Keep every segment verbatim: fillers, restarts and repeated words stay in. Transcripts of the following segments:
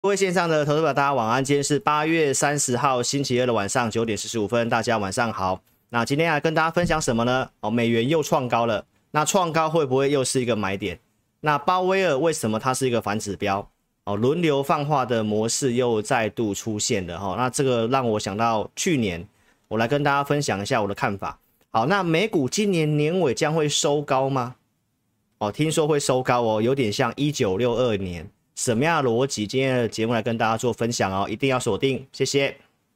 各位线上的投资者，大家晚安。今天是八月三十号星期二的晚上九点四十五分，大家晚上好。那今天来跟大家分享什么呢？哦，美元又创高了，那创高会不会又是一个买点？那鲍威尔为什么它是一个反指标？哦，轮流放话的模式又再度出现了哈、哦。那这个让我想到去年，我来跟大家分享一下我的看法。好，那美股今年年尾将会收高吗？哦，听说会收高哦，有点像一九六二年。什么样的逻辑？今天的节目来跟大家做分享哦，一定要锁定，谢谢。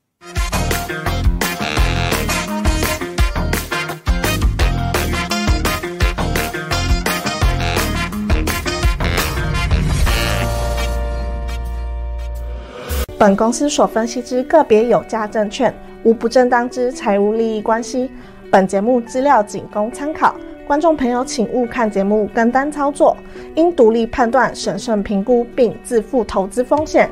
本公司所分析之个别有价证券，无不正当之财务利益关系。本节目资料仅供参考。观众朋友请勿看节目跟单操作，应独立判断、审慎评估并自负投资风险。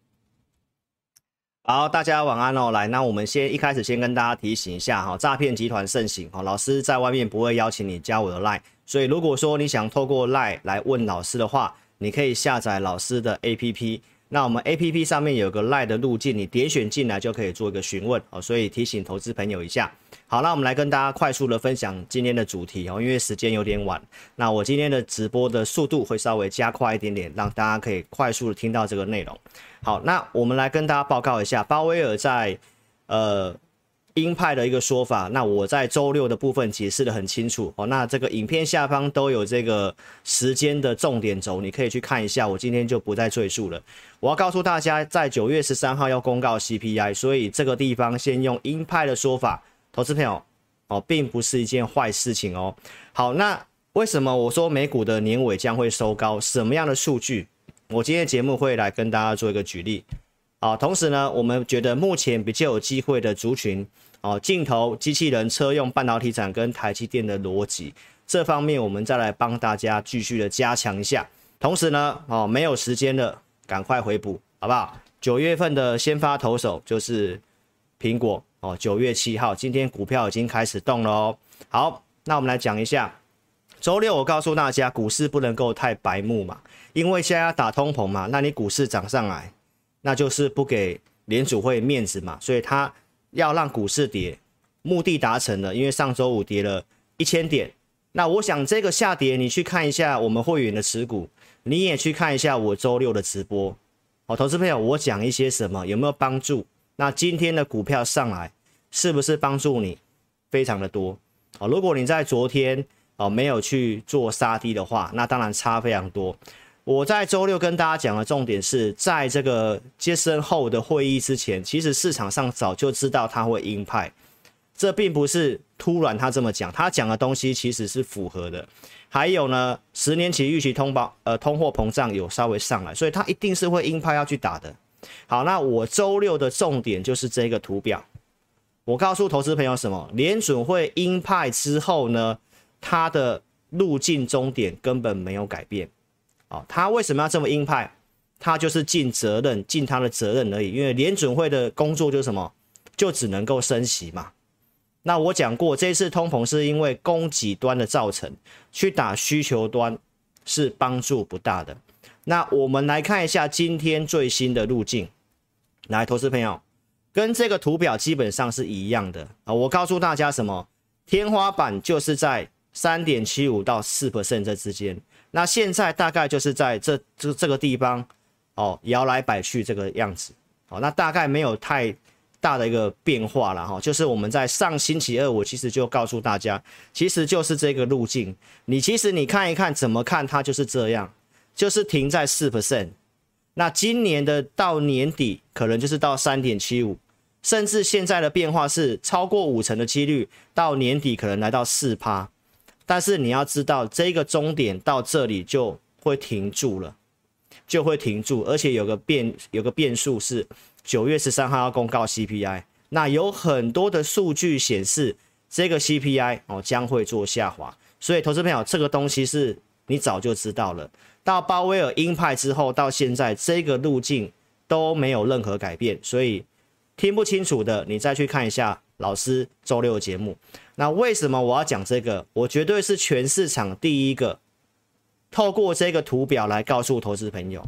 好，大家晚安哦。来，那我们先一开始先跟大家提醒一下哈，诈骗集团盛行哈，老师在外面不会邀请你加我的 LINE， 所以如果说你想透过 LINE 来问老师的话，你可以下载老师的 A P P。那我们 A P P 上面有个 LINE 的路径，你点选进来就可以做一个询问哦，所以提醒投资朋友一下。好，那我们来跟大家快速的分享今天的主题哦，因为时间有点晚，那我今天的直播的速度会稍微加快一点点，让大家可以快速的听到这个内容。好，那我们来跟大家报告一下鲍威尔在呃鹰派的一个说法，那我在周六的部分解释的很清楚哦，那这个影片下方都有这个时间的重点轴，你可以去看一下，我今天就不再赘述了。我要告诉大家，在九月十三号要公告 C P I， 所以这个地方先用鹰派的说法，投资朋友哦，并不是一件坏事情哦。好，那为什么我说美股的年尾将会收高？什么样的数据？我今天的节目会来跟大家做一个举例。好，同时呢，我们觉得目前比较有机会的族群哦，镜头、机器人、车用、半导体厂跟台积电的逻辑，这方面我们再来帮大家继续的加强一下。同时呢，哦，没有时间了，赶快回补，好不好？九月份的先发投手就是苹果哦，九月七号，今天股票已经开始动了哦。好，那我们来讲一下，周六我告诉大家，股市不能够太白目嘛，因为现在要打通膨嘛，那你股市涨上来，那就是不给联储会面子嘛，所以他要让股市跌，目的达成了，因为上周五跌了一千点，那我想这个下跌，你去看一下我们会员的持股，你也去看一下我周六的直播，好，投资朋友，我讲一些什么，有没有帮助？那今天的股票上来，是不是帮助你非常的多？哦，如果你在昨天哦没有去做杀低的话，那当然差非常多。我在周六跟大家讲的重点是在这个接生后的会议之前，其实市场上早就知道他会鹰派，这并不是突然他这么讲，他讲的东西其实是符合的。还有呢，十年期预期通膨呃通货膨胀有稍微上来，所以他一定是会鹰派要去打的。好，那我周六的重点就是这个图表。我告诉投资朋友什么？联准会鹰派之后呢，它的路径终点根本没有改变。哦，他为什么要这么鹰派？他就是尽责任，尽他的责任而已。因为联准会的工作就是什么？就只能够升息嘛。那我讲过，这次通膨是因为供给端的造成，去打需求端是帮助不大的。那我们来看一下今天最新的路径，来，投资朋友，跟这个图表基本上是一样的啊。我告诉大家什么？天花板就是在 百分之三点七五 到 百分之四 这之间。那现在大概就是在这这这个地方哦，摇来摆去这个样子。好，那大概没有太大的一个变化了哈。就是我们在上星期二，我其实就告诉大家，其实就是这个路径。你其实你看一看，怎么看它就是这样。就是停在 百分之四， 那今年的到年底可能就是到 三点七五， 甚至现在的变化是超过五成的几率，到年底可能来到 百分之四， 但是你要知道这个终点到这里就会停住了，就会停住，而且有个变有个变数是九月十三号要公告 C P I， 那有很多的数据显示这个 C P I 哦将会做下滑，所以投资朋友这个东西是你早就知道了。到鲍威尔鹰派之后，到现在这个路径都没有任何改变，所以听不清楚的，你再去看一下老师周六的节目。那为什么我要讲这个？我绝对是全市场第一个透过这个图表来告诉投资朋友，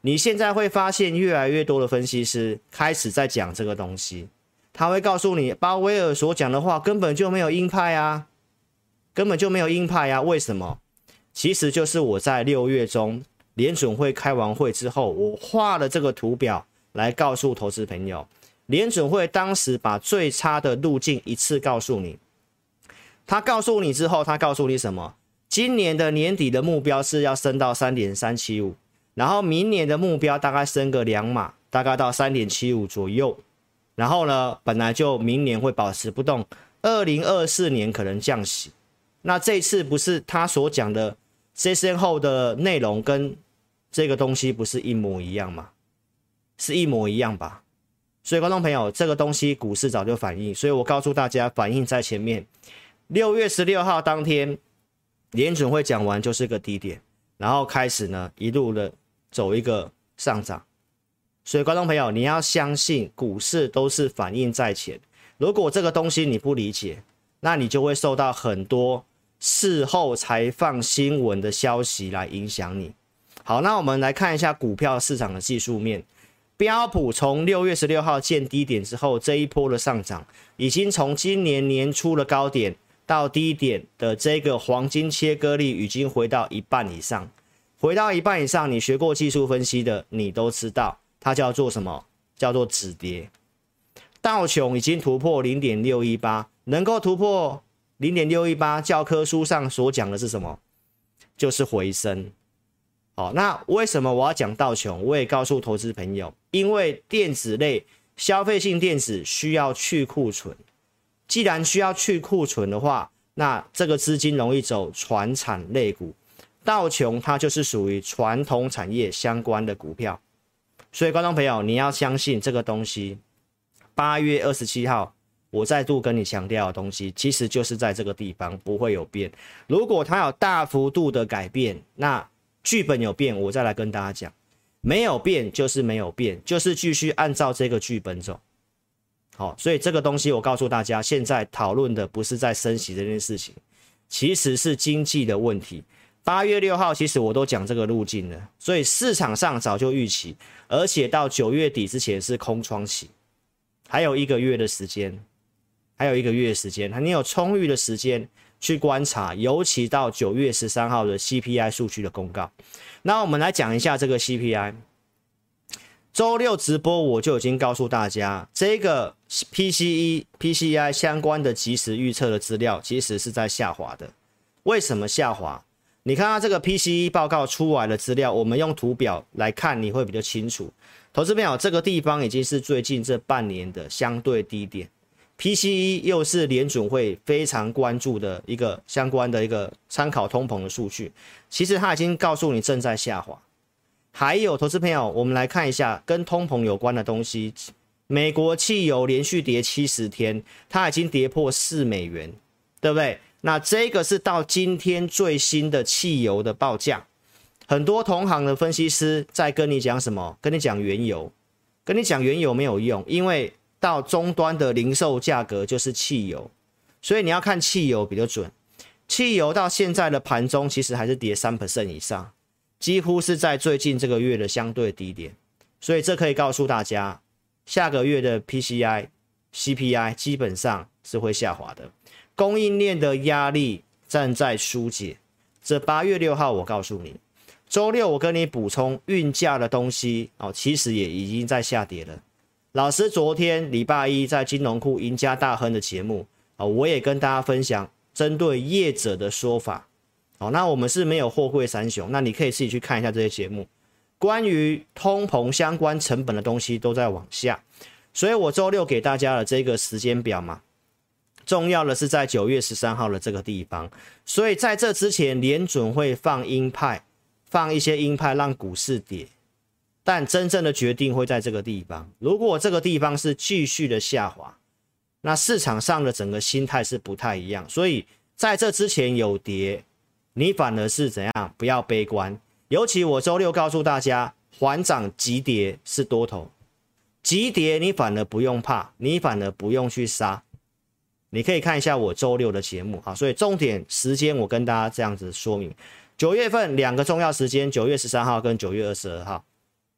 你现在会发现越来越多的分析师开始在讲这个东西，他会告诉你，鲍威尔所讲的话根本就没有鹰派啊，根本就没有鹰派啊，为什么？其实就是我在六月中联准会开完会之后，我画了这个图表来告诉投资朋友，联准会当时把最差的路径一次告诉你，他告诉你之后，他告诉你什么？今年的年底的目标是要升到 三点三七五， 然后明年的目标大概升个两码，大概到 三点七五 左右。然后呢，本来就明年会保持不动，二零二四年可能降息。那这次不是他所讲的 session 后的内容跟这个东西不是一模一样吗？是一模一样吧？所以观众朋友，这个东西股市早就反映，所以我告诉大家，反映在前面。六月十六号当天，联准会讲完就是个低点，然后开始呢一路的走一个上涨。所以观众朋友，你要相信股市都是反映在前。如果这个东西你不理解，那你就会受到很多事后才放新闻的消息来影响你。好，那我们来看一下股票市场的技术面。标普从六月十六号见低点之后，这一波的上涨已经从今年年初的高点到低点的这个黄金切割率已经回到一半以上。回到一半以上，你学过技术分析的你都知道，它叫做什么？叫做止跌。道琼已经突破 零点六一八， 能够突破 零点六一八， 教科书上所讲的是什么？就是回升。好，那为什么我要讲道琼？我也告诉投资朋友，因为电子类消费性电子需要去库存，既然需要去库存的话，那这个资金容易走传产类股，道琼它就是属于传统产业相关的股票。所以观众朋友，你要相信这个东西。八月二十七号我再度跟你强调的东西，其实就是在这个地方不会有变。如果它有大幅度的改变，那剧本有变，我再来跟大家讲。没有变就是没有变，就是继续按照这个剧本走。好，所以这个东西我告诉大家，现在讨论的不是在升息这件事情，其实是经济的问题。八月六号其实我都讲这个路径了，所以市场上早就预期，而且到九月底之前是空窗期，还有一个月的时间，还有一个月的时间，你有充裕的时间去观察，尤其到九月十三号的 C P I 数据的公告。那我们来讲一下这个 C P I。周六直播我就已经告诉大家，这个 P C E、P C I 相关的即时预测的资料其实是在下滑的。为什么下滑？你看到这个 P C E 报告出来的资料，我们用图表来看，你会比较清楚。投资朋友，这个地方已经是最近这半年的相对低点。P C E 又是联准会非常关注的一个相关的一个参考通膨的数据，其实它已经告诉你正在下滑。还有投资朋友，我们来看一下跟通膨有关的东西。美国汽油连续跌七十天，它已经跌破四美元，对不对？那这个是到今天最新的汽油的报价。很多同行的分析师在跟你讲什么？跟你讲原油，跟你讲原油没有用，因为到终端的零售价格就是汽油，所以你要看汽油比较准。汽油到现在的盘中其实还是跌 百分之三 以上，几乎是在最近这个月的相对低点，所以这可以告诉大家，下个月的 P C I、C P I 基本上是会下滑的，供应链的压力正在疏解。这八月六号我告诉你，周六我跟你补充运价的东西哦，其实也已经在下跌了。老师昨天礼拜一在金融库赢家大亨的节目啊，我也跟大家分享针对业者的说法。好，那我们是没有货柜三雄，那你可以自己去看一下这些节目，关于通膨相关成本的东西都在往下。所以我周六给大家的这个时间表嘛，重要的是在九月十三号的这个地方。所以在这之前，联准会放鹰派，放一些鹰派让股市跌。但真正的决定会在这个地方。如果这个地方是继续的下滑，那市场上的整个心态是不太一样。所以在这之前有跌，你反而是怎样？不要悲观。尤其我周六告诉大家，缓涨急跌是多头，急跌你反而不用怕，你反而不用去杀。你可以看一下我周六的节目啊。所以重点时间我跟大家这样子说明：九月份两个重要时间，九月十三号跟九月二十二号。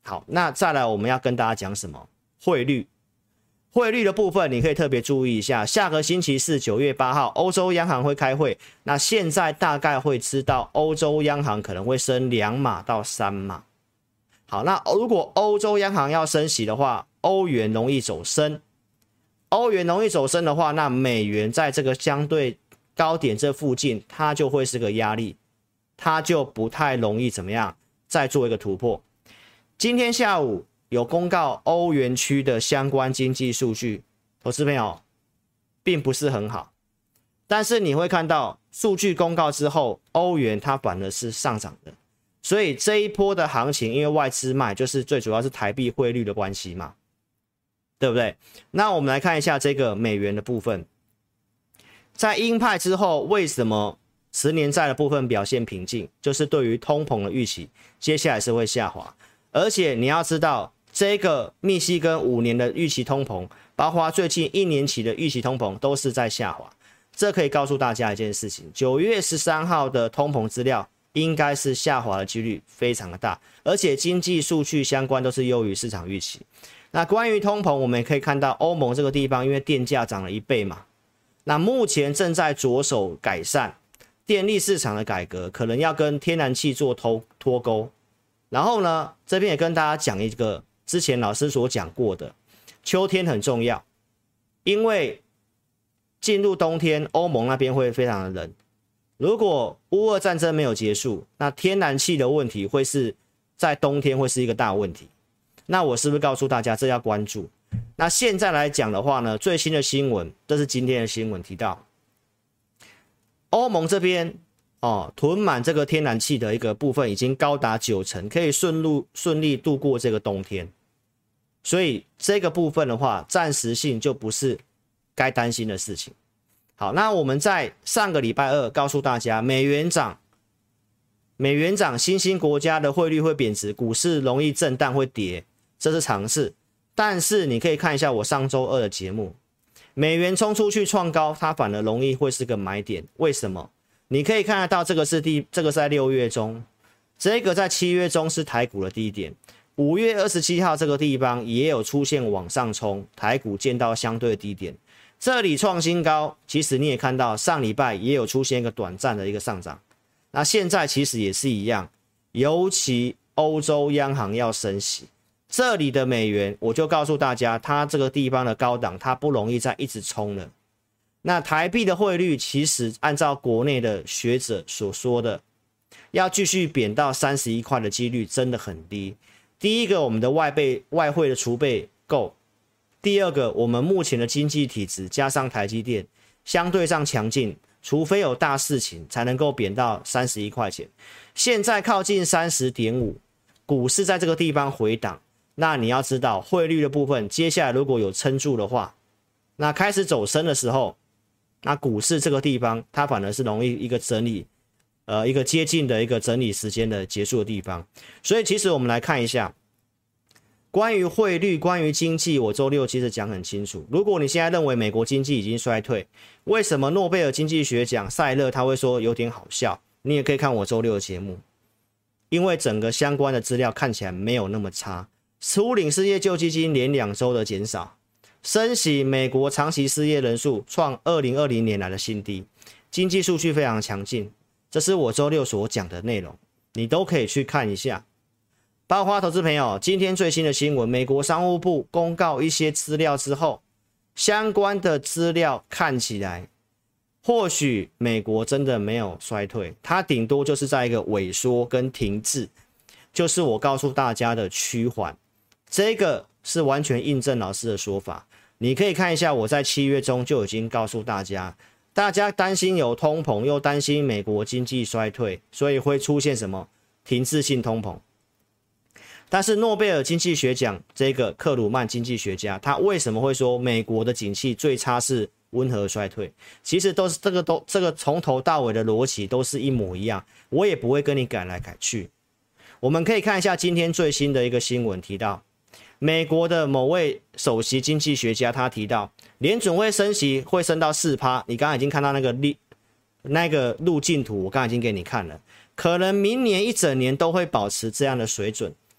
好，那再来我们要跟大家讲什么？汇率。汇率的部分，你可以特别注意一下。下个星期四，九月八号，欧洲央行会开会。那现在大概会知道，欧洲央行可能会升两码到三码。好，那如果欧洲央行要升息的话，欧元容易走升。欧元容易走升的话，那美元在这个相对高点这附近，它就会是个压力，它就不太容易怎么样再做一个突破。今天下午有公告欧元区的相关经济数据，投资朋友并不是很好，但是你会看到数据公告之后，欧元它反而是上涨的，所以这一波的行情，因为外资卖，就是最主要是台币汇率的关系嘛，对不对？那我们来看一下这个美元的部分，在鹰派之后，为什么十年债的部分表现平静？就是对于通膨的预期，接下来是会下滑。而且你要知道，这个密西根五年的预期通膨，包括最近一年期的预期通膨，都是在下滑。这可以告诉大家一件事情：九月十三号的通膨资料应该是下滑的几率非常的大，而且经济数据相关都是优于市场预期。那关于通膨，我们也可以看到欧盟这个地方，因为电价涨了一倍嘛，那目前正在着手改善电力市场的改革，可能要跟天然气做脱脱钩。然后呢，这边也跟大家讲一个之前老师所讲过的，秋天很重要，因为进入冬天，欧盟那边会非常的冷。如果乌俄战争没有结束，那天然气的问题会是在冬天会是一个大问题。那我是不是告诉大家这要关注？那现在来讲的话呢，最新的新闻，这是今天的新闻提到，欧盟这边哦，囤满这个天然气的一个部分已经高达九成，可以顺路顺利度过这个冬天。所以这个部分的话，暂时性就不是该担心的事情。好，那我们在上个礼拜二告诉大家，美元涨，美元涨，新兴国家的汇率会贬值，股市容易震荡会跌，这是常事。但是你可以看一下我上周二的节目，美元冲出去创高，它反而容易会是个买点。为什么？你可以看得到，这个是第，这个是在六月中，这个在七月中是台股的低点，五月二十七号这个地方也有出现往上冲，台股见到相对的低点，这里创新高。其实你也看到上礼拜也有出现一个短暂的一个上涨，那现在其实也是一样，尤其欧洲央行要升息，这里的美元我就告诉大家，它这个地方的高档它不容易再一直冲了。那台币的汇率其实按照国内的学者所说的，要继续贬到三十一块的几率真的很低。第一个，我们的外备外汇的储备够；第二个，我们目前的经济体质加上台积电相对上强劲，除非有大事情才能够贬到三十一块钱。现在靠近 三十点五， 股市在这个地方回档，那你要知道汇率的部分，接下来如果有撑住的话，那开始走升的时候，那股市这个地方它反而是容易一个整理，呃，一个接近的一个整理时间的结束的地方。所以其实我们来看一下关于汇率，关于经济，我周六其实讲很清楚。如果你现在认为美国经济已经衰退，为什么诺贝尔经济学奖塞勒他会说有点好笑？你也可以看我周六的节目，因为整个相关的资料看起来没有那么差。初领失业救济金连两周的减少，升息，美国长期失业人数创二零二零年来的新低，经济数据非常强劲，这是我周六所讲的内容，你都可以去看一下。包括投资朋友，今天最新的新闻，美国商务部公告一些资料之后，相关的资料看起来，或许美国真的没有衰退，它顶多就是在一个萎缩跟停滞，就是我告诉大家的趋缓，这个是完全印证老师的说法。你可以看一下，我在七月中就已经告诉大家，大家担心有通膨，又担心美国经济衰退，所以会出现什么停滞性通膨。但是诺贝尔经济学奖这个克鲁曼经济学家，他为什么会说美国的景气最差是温和衰退？其实都是这个都这个从头到尾的逻辑都是一模一样，我也不会跟你改来改去。我们可以看一下今天最新的一个新闻，提到美国的某位首席经济学家，他提到联准会升息会升到 百分之四， 你刚刚已经看到那个那个路径图，我刚刚已经给你看了，可能明年一整年都会保持这样的水准。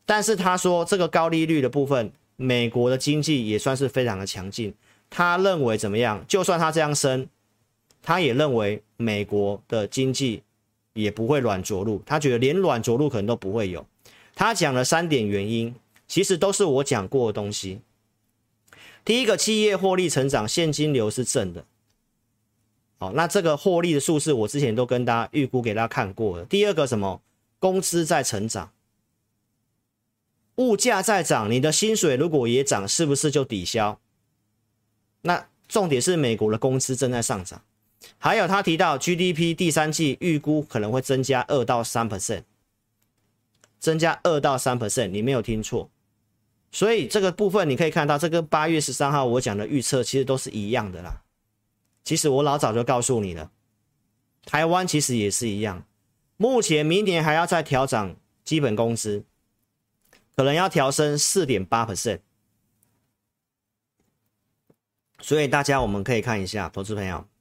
但是他说这个高利率的部分，美国的经济也算是非常的强劲。他认为怎么样？就算他这样升，他也认为美国的经济也不会软着陆，他觉得连软着陆可能都不会有。他讲了三点原因，其实都是我讲过的东西。第一个，企业获利成长，现金流是正的。好，那这个获利的数字我之前都跟大家预估给大家看过了。第二个什么？工资在成长，物价在涨，你的薪水如果也涨，是不是就抵消？那重点是美国的工资正在上涨。还有他提到 G D P 第三季预估可能会增加 百分之二到百分之三， 增加 百分之二到百分之三， 你没有听错。所以这个部分你可以看到，这跟八月十三号我讲的预测其实都是一样的啦。其实我老早就告诉你了，台湾其实也是一样，目前明年还要再调涨基本工资，可能要调升 百分之四点八。 所以大家我们可以看一下，投资朋友，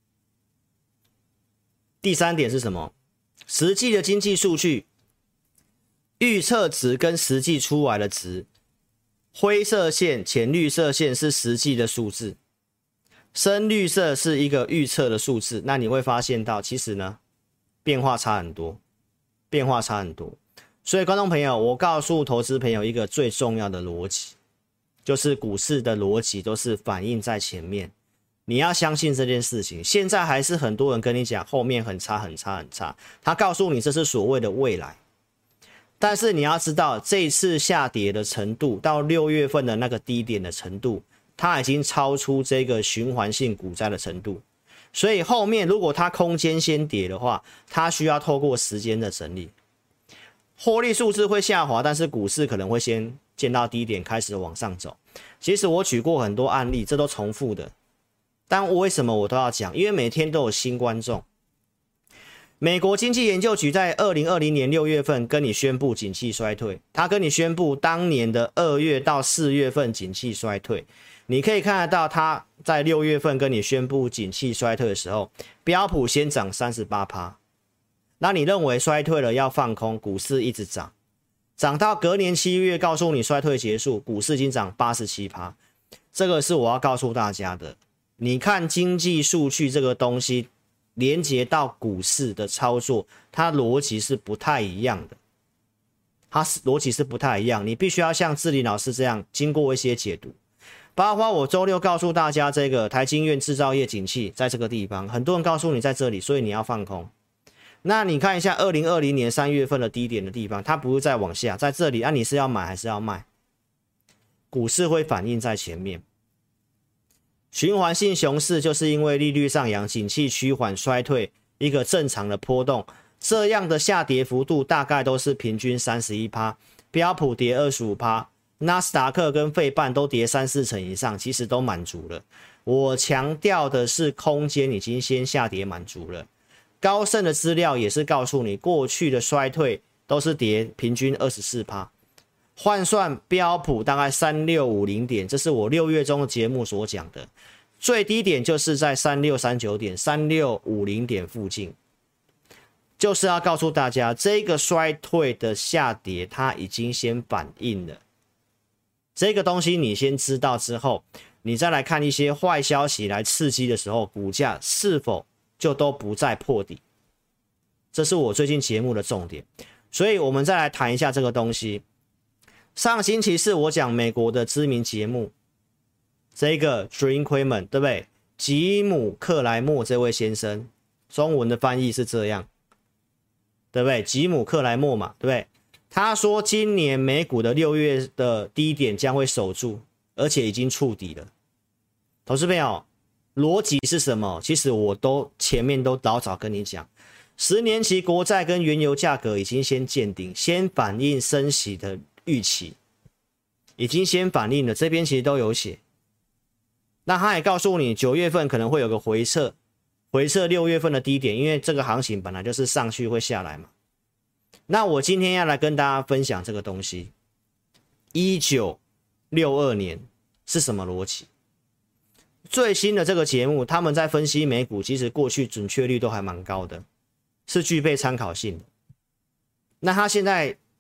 第三点是什么？实际的经济数据预测值跟实际出来的值，灰色线、浅绿色线是实际的数字，深绿色是一个预测的数字。那你会发现到，其实呢，变化差很多，变化差很多。所以观众朋友，我告诉投资朋友一个最重要的逻辑，就是股市的逻辑都是反映在前面，你要相信这件事情。现在还是很多人跟你讲后面很差很差很差，他告诉你这是所谓的未来。但是你要知道，这一次下跌的程度到六月份的那个低点的程度，它已经超出这个循环性股灾的程度。所以后面如果它空间先跌的话，它需要透过时间的整理，获利数字会下滑，但是股市可能会先见到低点开始往上走。其实我举过很多案例，这都重复的，但为什么我都要讲？因为每天都有新观众。美国经济研究局在二零二零年六月份跟你宣布景气衰退，他跟你宣布当年的二月到四月份景气衰退。你可以看得到，他在六月份跟你宣布景气衰退的时候，标普先涨 百分之三十八。 那你认为衰退了要放空，股市一直涨，涨到隔年七月告诉你衰退结束，股市已经涨 百分之八十七。 这个是我要告诉大家的。你看经济数据这个东西连接到股市的操作，它逻辑是不太一样的，它逻辑是不太一样，你必须要像志霖老师这样经过一些解读。包括我周六告诉大家，这个台经院制造业景气在这个地方，很多人告诉你在这里，所以你要放空。那你看一下二零二零年三月份的低点的地方，它不是再往下，在这里，那、啊、你是要买还是要卖？股市会反映在前面。循环性熊市就是因为利率上扬，景气趋缓衰退，一个正常的波动，这样的下跌幅度大概都是平均 百分之三十一， 标普跌 百分之二十五， 纳斯达克跟费半都跌三四成以上，其实都满足了。我强调的是空间已经先下跌满足了。高盛的资料也是告诉你，过去的衰退都是跌平均 百分之二十四， 换算标普大概三六五零点，这是我六月中的节目所讲的，最低点就是在三六三九点、三六五零点附近，就是要告诉大家，这个衰退的下跌它已经先反映了。这个东西你先知道之后，你再来看一些坏消息来刺激的时候，股价是否就都不再破底，这是我最近节目的重点。所以我们再来谈一下这个东西。上星期四我讲美国的知名节目，这个 Dream Quayman 对不对？吉姆克莱默这位先生，中文的翻译是这样，对不对？吉姆克莱默嘛，对不对？他说今年美股的六月的低点将会守住，而且已经触底了。投资朋友，逻辑是什么？其实我都前面都老早跟你讲，十年期国债跟原油价格已经先见顶，先反映升息的预期，已经先反映了，这边其实都有写。那他也告诉你，九月份可能会有个回撤，回撤六月份的低点，因为这个行情本来就是上去会下来嘛。那我今天要来跟大家分享这个东西，一九六二年是什么逻辑？最新的这个节目，他们在分析美股，其实过去准确率都还蛮高的，是具备参考性的。那他现在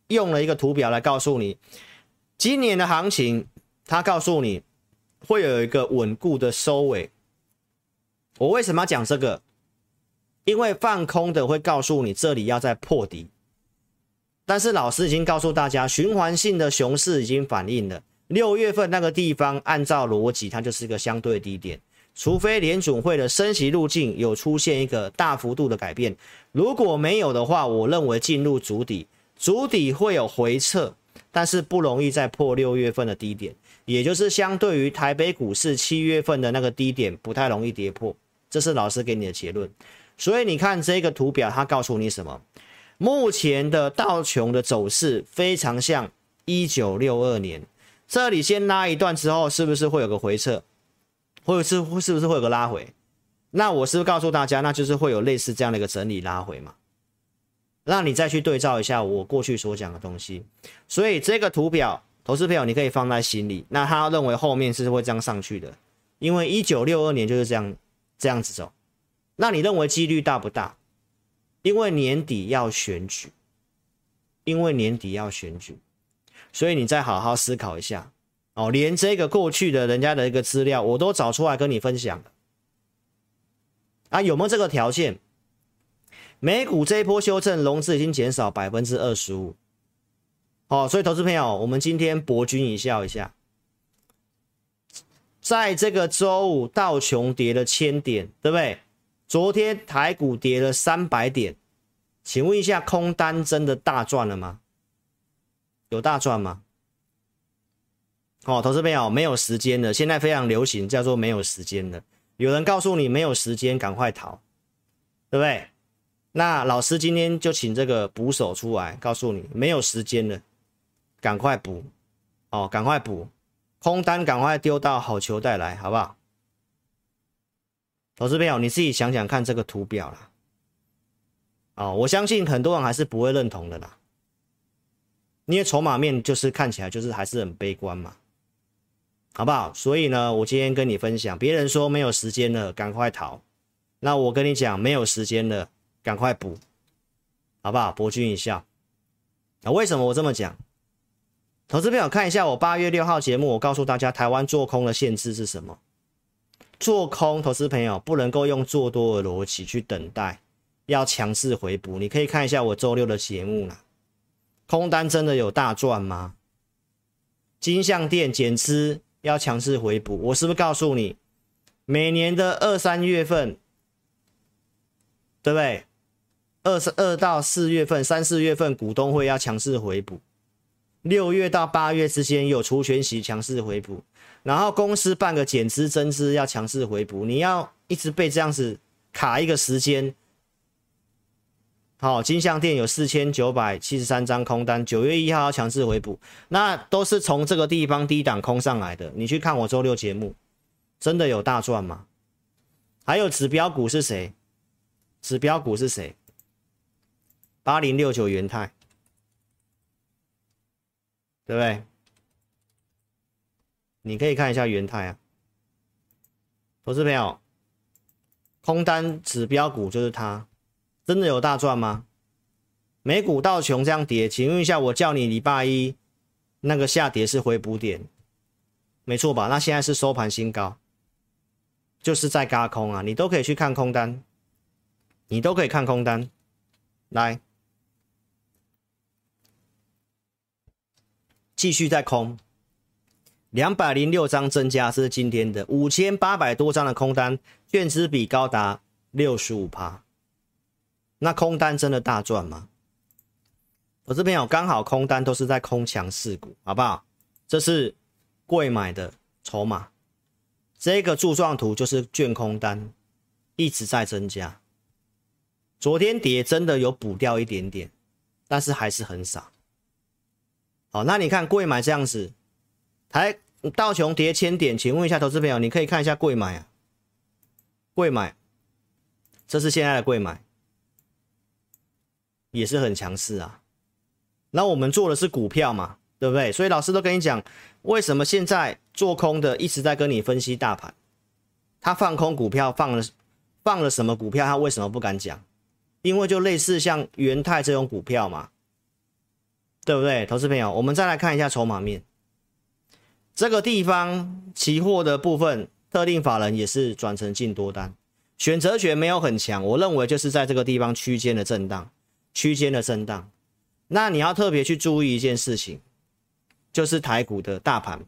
用了一个图表来告诉你，今年的行情，他告诉你会有一个稳固的收尾。我为什么要讲这个？因为放空的会告诉你这里要再破底，但是老师已经告诉大家，循环性的熊市已经反映了。六月份那个地方，按照逻辑，它就是一个相对低点，除非联准会的升息路径有出现一个大幅度的改变，如果没有的话，我认为进入筑底，筑底会有回撤，但是不容易再破六月份的低点，也就是相对于台北股市七月份的那个低点，不太容易跌破，这是老师给你的结论。所以你看这个图表，它告诉你什么？目前的道琼的走势非常像一九六二年，这里先拉一段之后，是不是会有个回撤，或者是是不是会有个拉回？那我是不是告诉大家，那就是会有类似这样的一个整理拉回嘛？让你再去对照一下我过去所讲的东西。所以这个图表，投资朋友你可以放在心里。那他认为后面是会这样上去的，因为一九六二年就是这样这样子走。那你认为几率大不大？因为年底要选举，因为年底要选举，所以你再好好思考一下哦。连这个过去的人家的一个资料，我都找出来跟你分享了啊，有没有这个条件？美股这一波修正，融资已经减少 百分之二十五， 哦，所以投资朋友，我们今天博君一笑一下，在这个周五道琼跌了千点，对不对？昨天台股跌了三百点，请问一下，空单真的大赚了吗？有大赚吗？哦，投资朋友，没有时间了，现在非常流行叫做没有时间了。有人告诉你没有时间，赶快逃，对不对？那老师今天就请这个捕手出来，告诉你没有时间了，赶快补，哦，赶快补，空单赶快丢到好球带来，好不好？投资朋友，你自己想想看这个图表啦。哦，我相信很多人还是不会认同的啦，因为筹码面就是看起来就是还是很悲观嘛，好不好？所以呢，我今天跟你分享，别人说没有时间了，赶快逃，那我跟你讲，没有时间了，赶快补，好不好？博君一笑。啊，为什么我这么讲？投资朋友看一下我八月六号节目，我告诉大家台湾做空的限制是什么？做空，投资朋友不能够用做多的逻辑去等待，要强势回补。你可以看一下我周六的节目啦，空单真的有大赚吗？金像电减资要强势回补，我是不是告诉你，每年的二三月份，对不对？二二到四月份、三四月份股东会要强势回补，六月到八月之间有除权息强势回补。然后公司办个减资增资要强势回补，你要一直被这样子卡一个时间。好，金像电有四千九百七十三张空单，九月一号要强势回补，那都是从这个地方低档空上来的。你去看我周六节目，真的有大赚吗？还有指标股是谁？指标股是谁？八零六九元泰，对不对？你可以看一下元泰啊，投资朋友，空单指标股就是它，真的有大赚吗？美股道琼这样跌，请问一下，我叫你礼拜一那个下跌是回补点，没错吧？那现在是收盘新高，就是在軋空啊，你都可以去看空单，你都可以看空单，来，继续在空。两百零六张增加，这是今天的五千八百多张的空单，券资比高达 百分之六十五。 那空单真的大赚吗？我这边有刚好空单都是在空强势股，好不好？这是贵买的筹码，这个柱状图就是券空单一直在增加。昨天跌真的有补掉一点点，但是还是很少。好，那你看贵买这样子，台道琼跌千点，请问一下投资朋友，你可以看一下贵买啊，贵买，这是现在的贵买，也是很强势啊。那我们做的是股票嘛，对不对？所以老师都跟你讲，为什么现在做空的一直在跟你分析大盘，他放空股票放了放了什么股票，他为什么不敢讲？因为就类似像元泰这种股票嘛， 对不对？投资朋友，我们再来看一下筹码面，这个地方期货的部分，特定法人也是转成净多单，选择权没有很强，我认为就是在这个地方区间的震荡，区间的震荡。那你要特别去注意一件事情，就是台股的大盘，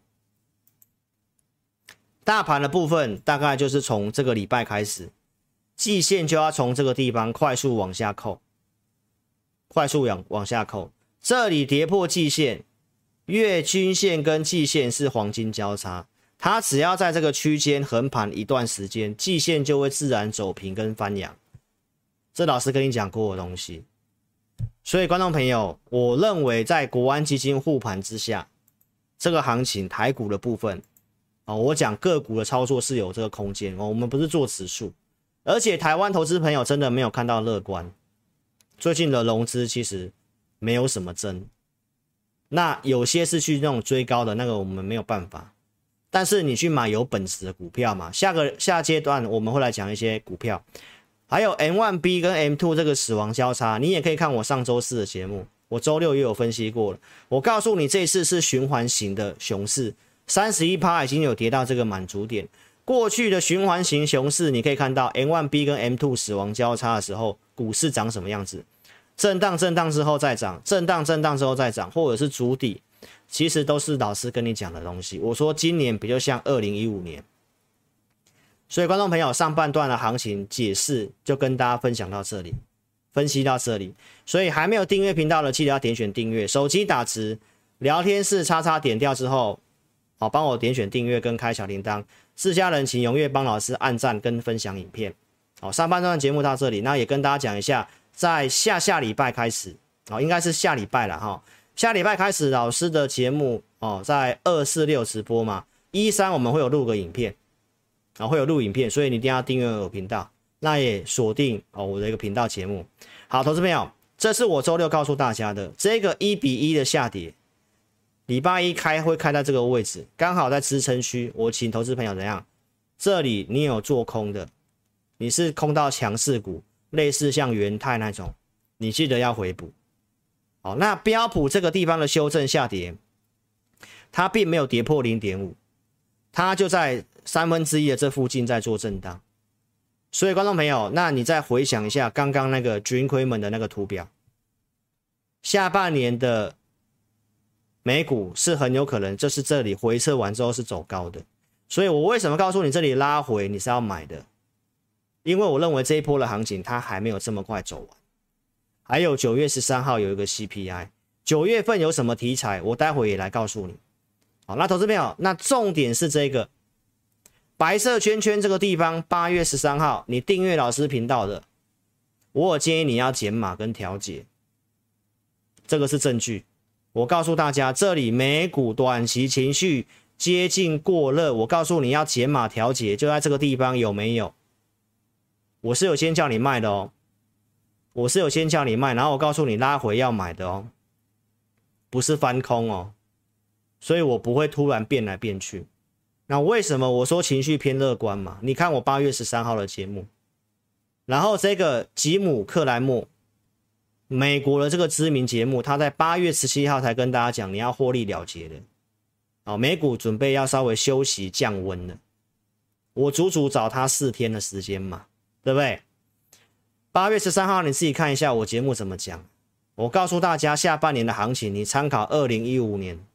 大盘的部分大概就是从这个礼拜开始，季线就要从这个地方快速往下扣，快速往往下扣。这里跌破季线，月均线跟季线是黄金交叉，它只要在这个区间横盘一段时间，季线就会自然走平跟翻扬。这老师跟你讲过的东西。所以观众朋友，我认为在国安基金护盘之下，这个行情台股的部分，哦，我讲个股的操作是有这个空间哦，我们不是做指数，而且台湾投资朋友真的没有看到乐观，最近的融资其实没有什么增，那有些是去那种追高的那个我们没有办法，但是你去买有本质的股票嘛，下个下阶段我们会来讲一些股票。还有 M 一 B 跟 M 二 这个死亡交叉，你也可以看我上周四的节目，我周六也有分析过了。我告诉你，这一次是循环型的熊市， 百分之三十一 已经有跌到这个满足点。过去的循环型熊市，你可以看到 M 一 B 跟 M 二 死亡交叉的时候，股市长什么样子？震荡震荡之后再涨，震荡震荡之后再涨，或者是筑底，其实都是老师跟你讲的东西。我说今年比较像二零一五年。所以观众朋友，上半段的行情解释就跟大家分享到这里，分析到这里。所以还没有订阅频道的，记得要点选订阅。手机打字聊天室叉叉点掉之后，好，帮我点选订阅跟开小铃铛。自家人请踊跃帮老师按赞跟分享影片。好，上半段节目到这里，那也跟大家讲一下，在下下礼拜开始，好，应该是下礼拜了哈。下礼拜开始，老师的节目哦，在二四六直播嘛，一三我们会有录个影片。啊，会有录影片，所以你一定要订阅我频道，那也锁定哦我的一个频道节目。好，投资朋友，这是我周六告诉大家的这个一比一的下跌，礼拜一开会开到这个位置，刚好在支撑区。我请投资朋友怎样？这里你有做空的，你是空到强势股，类似像元泰那种，你记得要回补。好，那标普这个地方的修正下跌，它并没有跌破 零点五， 它就在三分之一的这附近在做震荡，所以观众朋友，那你再回想一下刚刚那个 Dream Quamen 的那个图表，下半年的美股是很有可能就是这里回撤完之后是走高的，所以我为什么告诉你这里拉回你是要买的？因为我认为这一波的行情它还没有这么快走完，还有九月十三号有一个 C P I， 九月份有什么题材，我待会也来告诉你。好，那投资朋友，那重点是这个。白色圈圈这个地方，八月十三号，你订阅老师频道的，我有建议你要减码跟调节，这个是证据。我告诉大家，这里美股短期情绪接近过热，我告诉你要减码调节，就在这个地方，有没有？我是有先叫你卖的哦，我是有先叫你卖，然后我告诉你拉回要买的哦，不是翻空哦，所以我不会突然变来变去。那为什么我说情绪偏乐观嘛？你看我八月十三号的节目，然后这个吉姆克莱默，美国的这个知名节目，他在八月十七号才跟大家讲你要获利了结的，好，美股准备要稍微休息降温了，我足足找他四天的时间嘛，对不对？八月十三号你自己看一下我节目怎么讲，我告诉大家下半年的行情，你参考二零一五年。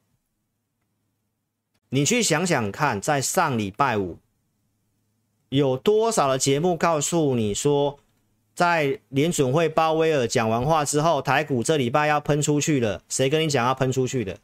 你去想想看，在上礼拜五有多少的节目告诉你说，在联准会鲍威尔讲完话之后，台股这礼拜要喷出去了？谁跟你讲要喷出去的？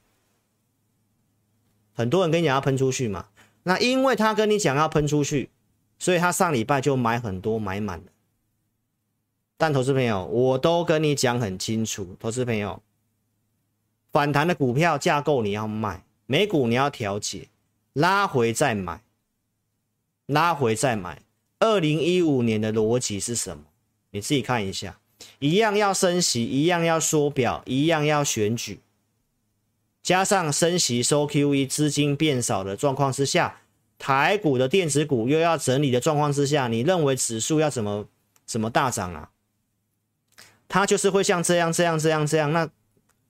很多人跟你讲要喷出去嘛。那因为他跟你讲要喷出去，所以他上礼拜就买很多，买满了。但投资朋友，我都跟你讲很清楚，投资朋友，反弹的股票架构你要卖。美股你要调节，拉回再买，拉回再买。二零一五年的逻辑是什么？你自己看一下，一样要升息，一样要缩表，一样要选举，加上升息收 Q E 资金变少的状况之下，台股的电子股又要整理的状况之下，你认为指数要怎么怎么大涨啊？它就是会像这样这样这样这样，那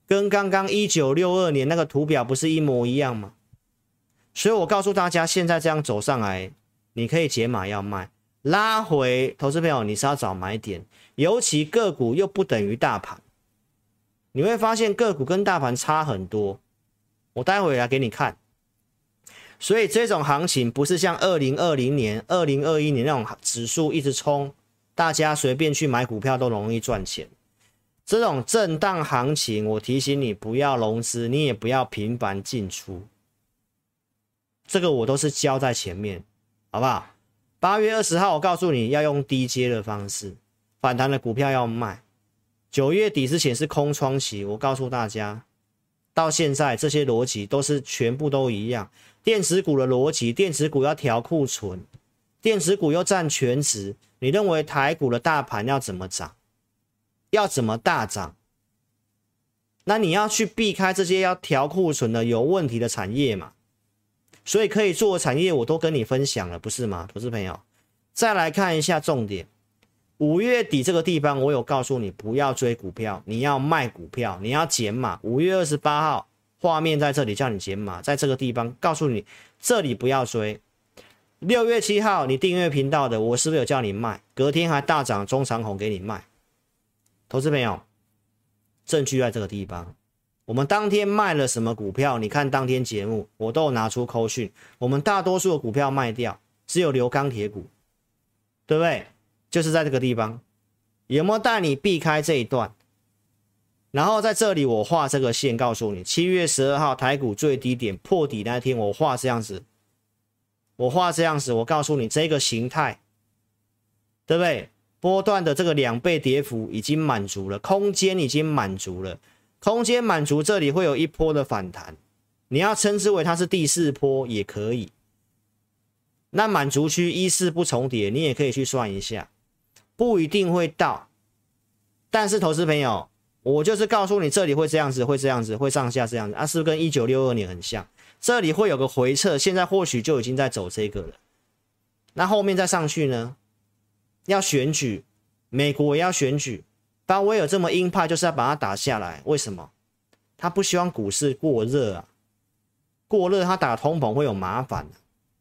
跟刚刚一九六二年那个图表不是一模一样吗？所以我告诉大家，现在这样走上来，你可以解码要卖，拉回投资朋友你是要找买点，尤其个股又不等于大盘，你会发现个股跟大盘差很多，我待会来给你看。所以这种行情不是像二零二零年、二零二一年那种指数一直冲，大家随便去买股票都容易赚钱。这种震荡行情，我提醒你不要融资，你也不要频繁进出。这个我都是教在前面，好不好？八月二十号我告诉你要用低阶的方式，反弹的股票要卖。九月底之前是空窗期，我告诉大家，到现在这些逻辑都是全部都一样。电子股的逻辑，电子股要调库存，电子股又占全值，你认为台股的大盘要怎么涨？要怎么大涨？那你要去避开这些要调库存的有问题的产业嘛？所以可以做的产业我都跟你分享了，不是吗，投资朋友？再来看一下重点，五月底这个地方我有告诉你不要追股票，你要卖股票，你要减码。五月二十八号画面在这里叫你减码，在这个地方告诉你这里不要追。六月七号你订阅频道的，我是不是有叫你卖？隔天还大涨中长红给你卖。投资朋友，证据在这个地方。我们当天卖了什么股票？你看当天节目，我都有拿出扣讯。我们大多数的股票卖掉，只有留钢铁股，对不对？就是在这个地方，有没有带你避开这一段？然后在这里我画这个线，告诉你，七月十二号台股最低点破底那天，我画这样子，我画这样子，我告诉你这个形态，对不对？波段的这个两倍跌幅已经满足了，空间已经满足了，空间满足，这里会有一波的反弹，你要称之为它是第四波也可以。那满足区一四不重叠，你也可以去算一下，不一定会到，但是投资朋友，我就是告诉你这里会这样子，会这样子，会上下这样子啊，是不是跟一九六二年很像？这里会有个回撤，现在或许就已经在走这个了。那后面再上去呢？要选举，美国也要选举，鲍威尔这么鹰派，就是要把它打下来。为什么？他不希望股市过热啊，过热他打通膨会有麻烦、啊，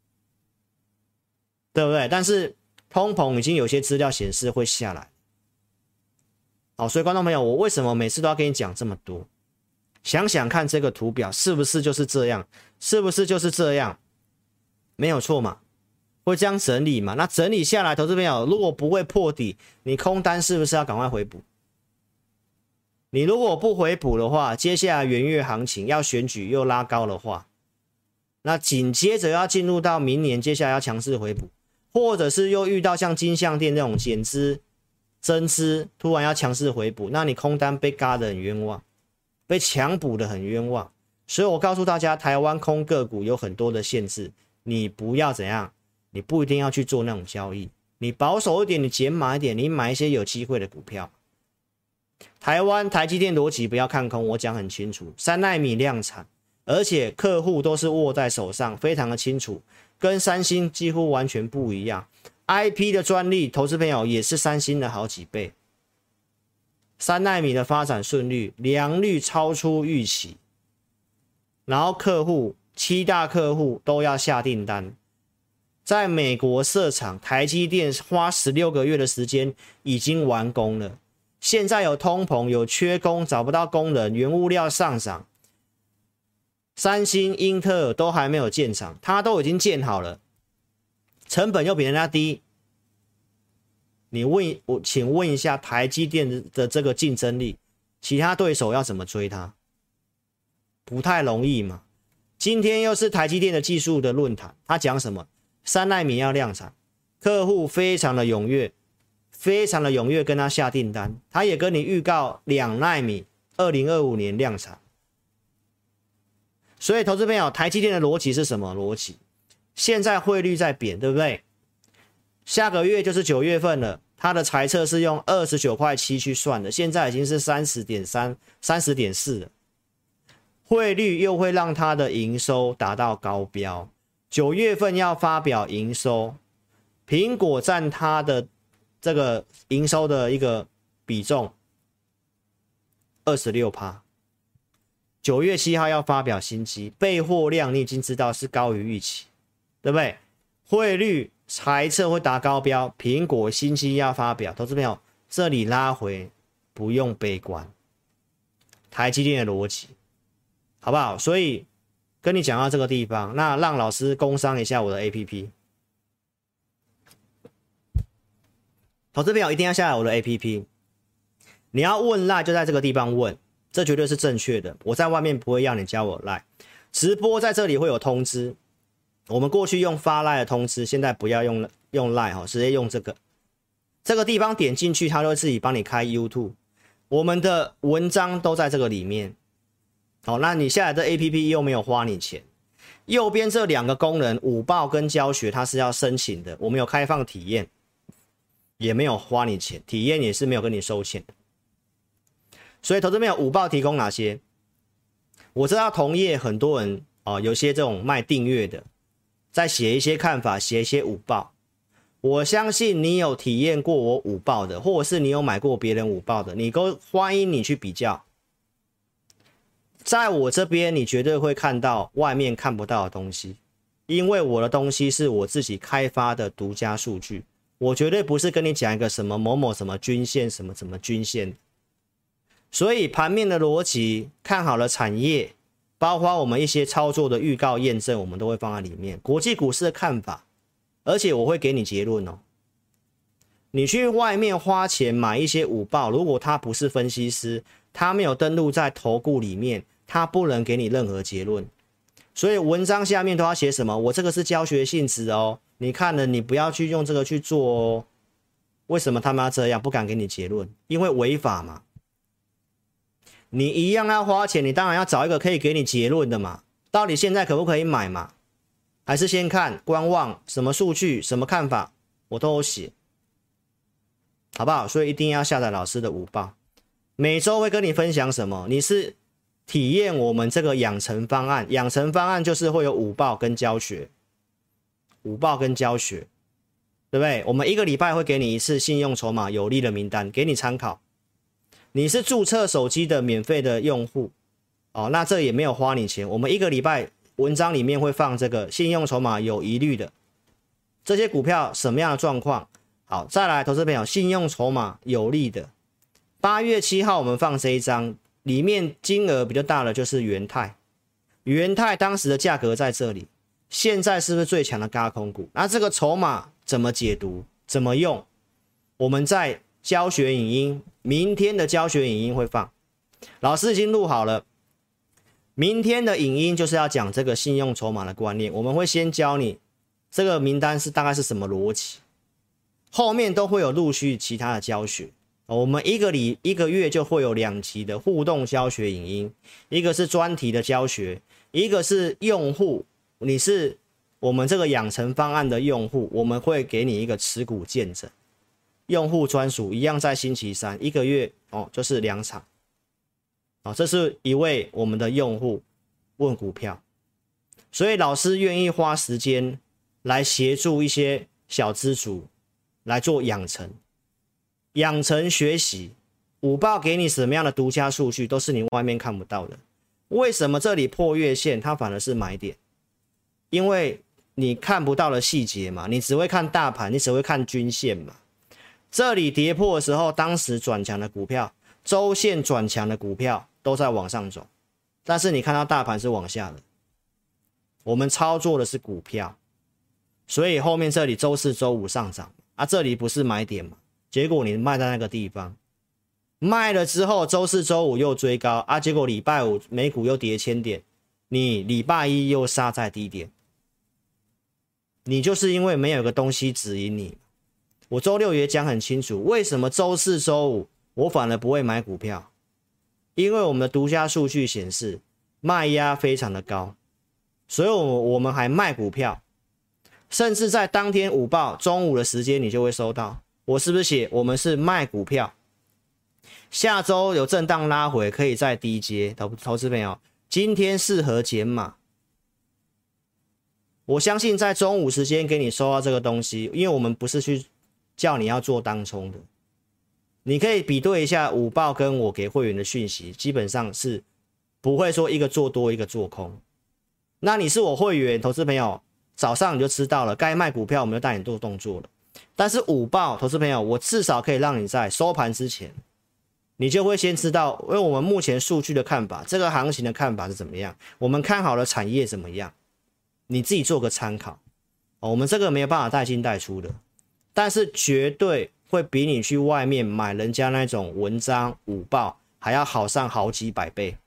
对不对？但是通膨已经有些资料显示会下来。好，所以观众朋友，我为什么每次都要跟你讲这么多？想想看这个图表是不是就是这样？是不是就是这样？没有错嘛，会这样整理嘛？那整理下来，投资朋友如果不会破底，你空单是不是要赶快回补？你如果不回补的话，接下来元月行情要选举又拉高的话，那紧接着要进入到明年，接下来要强势回补，或者是又遇到像金像电这种减资、增资，突然要强势回补，那你空单被嘎得很冤枉，被强补的很冤枉。所以我告诉大家，台湾空个股有很多的限制，你不要怎样，你不一定要去做那种交易，你保守一点，你减码一点，你买一些有机会的股票。台湾台积电逻辑不要看空，我讲很清楚，三奈米量产，而且客户都是握在手上，非常的清楚，跟三星几乎完全不一样。I P 的专利，投资朋友也是三星的好几倍。三奈米的发展顺利，良率超出预期，然后客户七大客户都要下订单，在美国设厂，台积电花十六个月的时间已经完工了。现在有通膨，有缺工，找不到工人，原物料上涨，三星、英特尔都还没有建厂，它都已经建好了，成本又比人家低。你问我，请问一下，台积电的这个竞争力，其他对手要怎么追它？不太容易嘛。今天又是台积电的技术的论坛，他讲什么？三奈米要量产，客户非常的踊跃。非常的踊跃跟他下订单，他也跟你预告两奈米二零二五年量产。所以投资朋友，台积电的逻辑是什么逻辑？现在汇率在贬，对不对？下个月就是九月份了，他的财测是用二十九块七去算的，现在已经是 三十点三 三十点四 了。汇率又会让他的营收达到高标，九月份要发表营收，苹果占他的这个营收的一个比重 百分之二十六， 九月七号要发表新机，备货量你已经知道是高于预期，对不对？汇率猜测会达高标，苹果新机要发表，投资朋友这里拉回不用悲观，台积电的逻辑，好不好？所以跟你讲到这个地方，那让老师工商一下我的 A P P， 投资朋友一定要下载我的 A P P， 你要问 LINE 就在这个地方问。这绝对是正确的，我在外面不会要你加我 LINE， 直播在这里会有通知，我们过去用发 LINE 的通知，现在不要用用 LINE 直接用这个，这个地方点进去，它就会自己帮你开 YouTube， 我们的文章都在这个里面。好，那你下载的 A P P 又没有花你钱，右边这两个功能午报跟教学它是要申请的，我们有开放体验，也没有花你钱，体验也是没有跟你收钱的。所以投资朋友午报提供哪些？我知道同业很多人哦，有些这种卖订阅的，在写一些看法，写一些午报。我相信你有体验过我午报的，或者是你有买过别人午报的，你都欢迎你去比较。在我这边，你绝对会看到外面看不到的东西，因为我的东西是我自己开发的独家数据，我绝对不是跟你讲一个什么某某什么均线，什么什么均线。所以盘面的逻辑，看好了产业，包括我们一些操作的预告验证，我们都会放在里面。国际股市的看法，而且我会给你结论哦。你去外面花钱买一些午报，如果他不是分析师，他没有登录在投顾里面，他不能给你任何结论。所以文章下面都要写什么？我这个是教学性质哦，你看了你不要去用这个去做哦。为什么他们要这样？不敢给你结论，因为违法嘛。你一样要花钱，你当然要找一个可以给你结论的嘛。到底现在可不可以买嘛？还是先看观望，什么数据，什么看法，我都有写，好不好？所以一定要下载老师的午报，每周会跟你分享什么。你是体验我们这个养成方案，养成方案就是会有午报跟教学，午报跟教学，对不对？我们一个礼拜会给你一次信用筹码有利的名单，给你参考。你是注册手机的免费的用户哦，那这也没有花你钱。我们一个礼拜文章里面会放这个信用筹码有疑虑的这些股票什么样的状况。好，再来投资朋友，信用筹码有利的，八月七号我们放这一张，里面金额比较大的就是元泰，元泰当时的价格在这里，现在是不是最强的軋空股？那这个筹码怎么解读？怎么用？我们在教学影音，明天的教学影音会放，老师已经录好了。明天的影音就是要讲这个信用筹码的观念，我们会先教你这个名单是大概是什么逻辑，后面都会有陆续其他的教学。我们一个礼一个月就会有两期的互动教学影音，一个是专题的教学，一个是用户，你是我们这个养成方案的用户，我们会给你一个持股见证。用户专属一样在星期三一个月哦，就是两场哦，这是一位我们的用户问股票，所以老师愿意花时间来协助一些小资族来做养成养成学习。午报给你什么样的独家数据都是你外面看不到的。为什么这里破月线它反而是买点？因为你看不到的细节嘛，你只会看大盘，你只会看均线嘛。这里跌破的时候，当时转强的股票，周线转强的股票都在往上走，但是你看到大盘是往下的。我们操作的是股票，所以后面这里周四周五上涨啊，这里不是买点嘛？结果你卖在那个地方，卖了之后周四周五又追高啊，结果礼拜五美股又跌千点，你礼拜一又杀在低点，你就是因为没有个东西指引你。我周六也讲很清楚，为什么周四周五我反而不会买股票，因为我们的独家数据显示卖压非常的高，所以我们还卖股票，甚至在当天午报中午的时间你就会收到，我是不是写我们是卖股票，下周有震荡拉回可以再低接，投资朋友今天适合减码。我相信在中午时间给你收到这个东西，因为我们不是去叫你要做当冲的，你可以比对一下午报跟我给会员的讯息，基本上是不会说一个做多一个做空。那你是我会员投资朋友，早上你就知道了，该卖股票我们就带你做动作了。但是午报投资朋友，我至少可以让你在收盘之前，你就会先知道，因为我们目前数据的看法，这个行情的看法是怎么样，我们看好的产业怎么样，你自己做个参考。哦，我们这个没有办法带进带出的，但是绝对会比你去外面买人家那种文章午报还要好上好几百倍。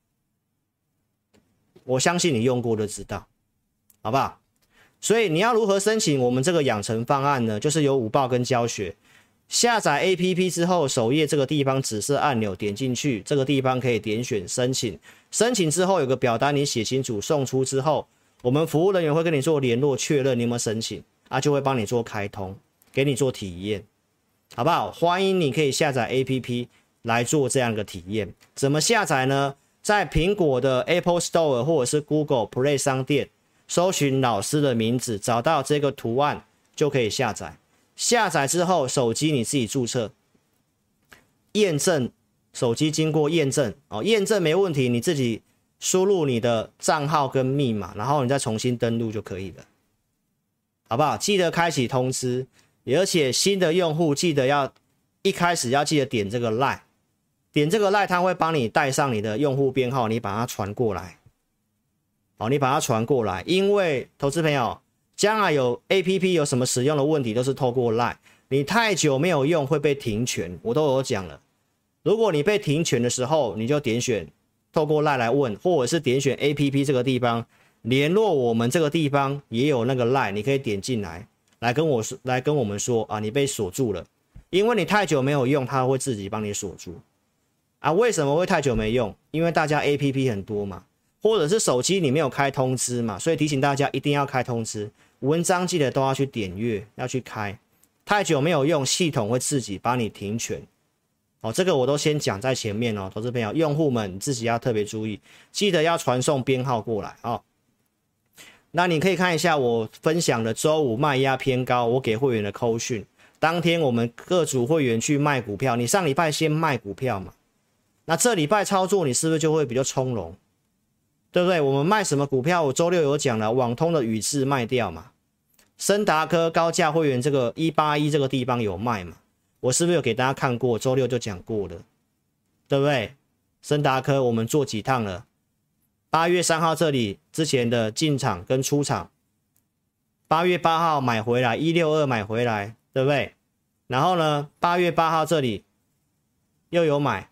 我相信你用过就知道，好不好？所以你要如何申请我们这个养成方案呢？就是有午报跟教学。下载 A P P 之后，首页这个地方紫色按钮点进去，这个地方可以点选申请。申请之后有个表单，你写清楚，送出之后，我们服务人员会跟你做联络，确认你有没有申请，啊，就会帮你做开通，给你做体验，好不好？欢迎你可以下载 A P P 来做这样的体验。怎么下载呢？在苹果的 Apple Store 或者是 Google Play 商店，搜寻老师的名字，找到这个图案就可以下载。下载之后，手机你自己注册，验证，手机经过验证哦，验证没问题，你自己输入你的账号跟密码，然后你再重新登录就可以了，好不好？记得开启通知，而且新的用户记得要一开始要记得点这个 LINE。点这个 LINE 它会帮你带上你的用户编号，你把它传过来。好，你把它传过来，因为投资朋友将来有 A P P 有什么使用的问题都是透过 LINE， 你太久没有用会被停权，我都有讲了。如果你被停权的时候，你就点选透过 LINE 来问，或者是点选 A P P 这个地方联络我们，这个地方也有那个 LINE， 你可以点进来，来跟我说，来跟我们说啊，你被锁住了，因为你太久没有用，它会自己帮你锁住。啊，为什么会太久没用？因为大家 A P P 很多嘛，或者是手机里面有开通知嘛，所以提醒大家一定要开通知，文章记得都要去点阅，要去开。太久没有用，系统会自己帮你停权。哦，这个我都先讲在前面哦，投资朋友，用户们你自己要特别注意，记得要传送编号过来哦。那你可以看一下我分享的周五卖压偏高，我给会员的扣讯，当天我们各组会员去卖股票，你上礼拜先卖股票嘛。那这礼拜操作你是不是就会比较从容，对不对？我们卖什么股票？我周六有讲了，网通的宇智卖掉嘛，森达科高价会员这个一八一这个地方有卖嘛，我是不是有给大家看过？周六就讲过了，对不对？森达科我们做几趟了？八月三号这里之前的进场跟出场，八月八号买回来，一六二买回来，对不对？然后呢，八月八号这里又有买。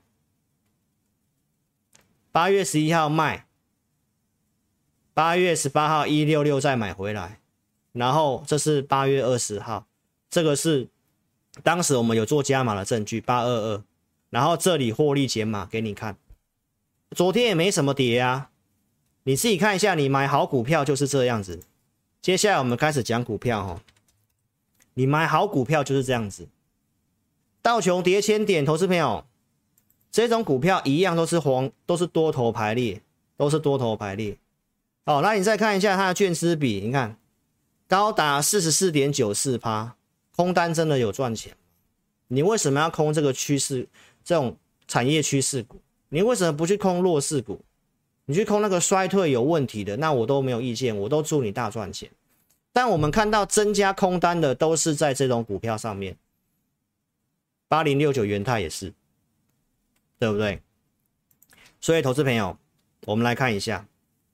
八月十一号卖，八月十八号一六六再买回来，然后这是八月二十号，这个是当时我们有做加码的证据八二二，然后这里获利减码给你看，昨天也没什么跌啊，你自己看一下，你买好股票就是这样子。接下来我们开始讲股票哦，你买好股票就是这样子，道琼跌千点，投资朋友。这种股票一样都是黄，都是多头排列，都是多头排列。好，那你再看一下它的券资比，你看高达 百分之四十四点九四， 空单真的有赚钱。你为什么要空这个趋势，这种产业趋势股？你为什么不去空弱势股？你去空那个衰退有问题的，那我都没有意见，我都祝你大赚钱。但我们看到增加空单的都是在这种股票上面，八零六九元泰也是。对不对？所以投资朋友，我们来看一下。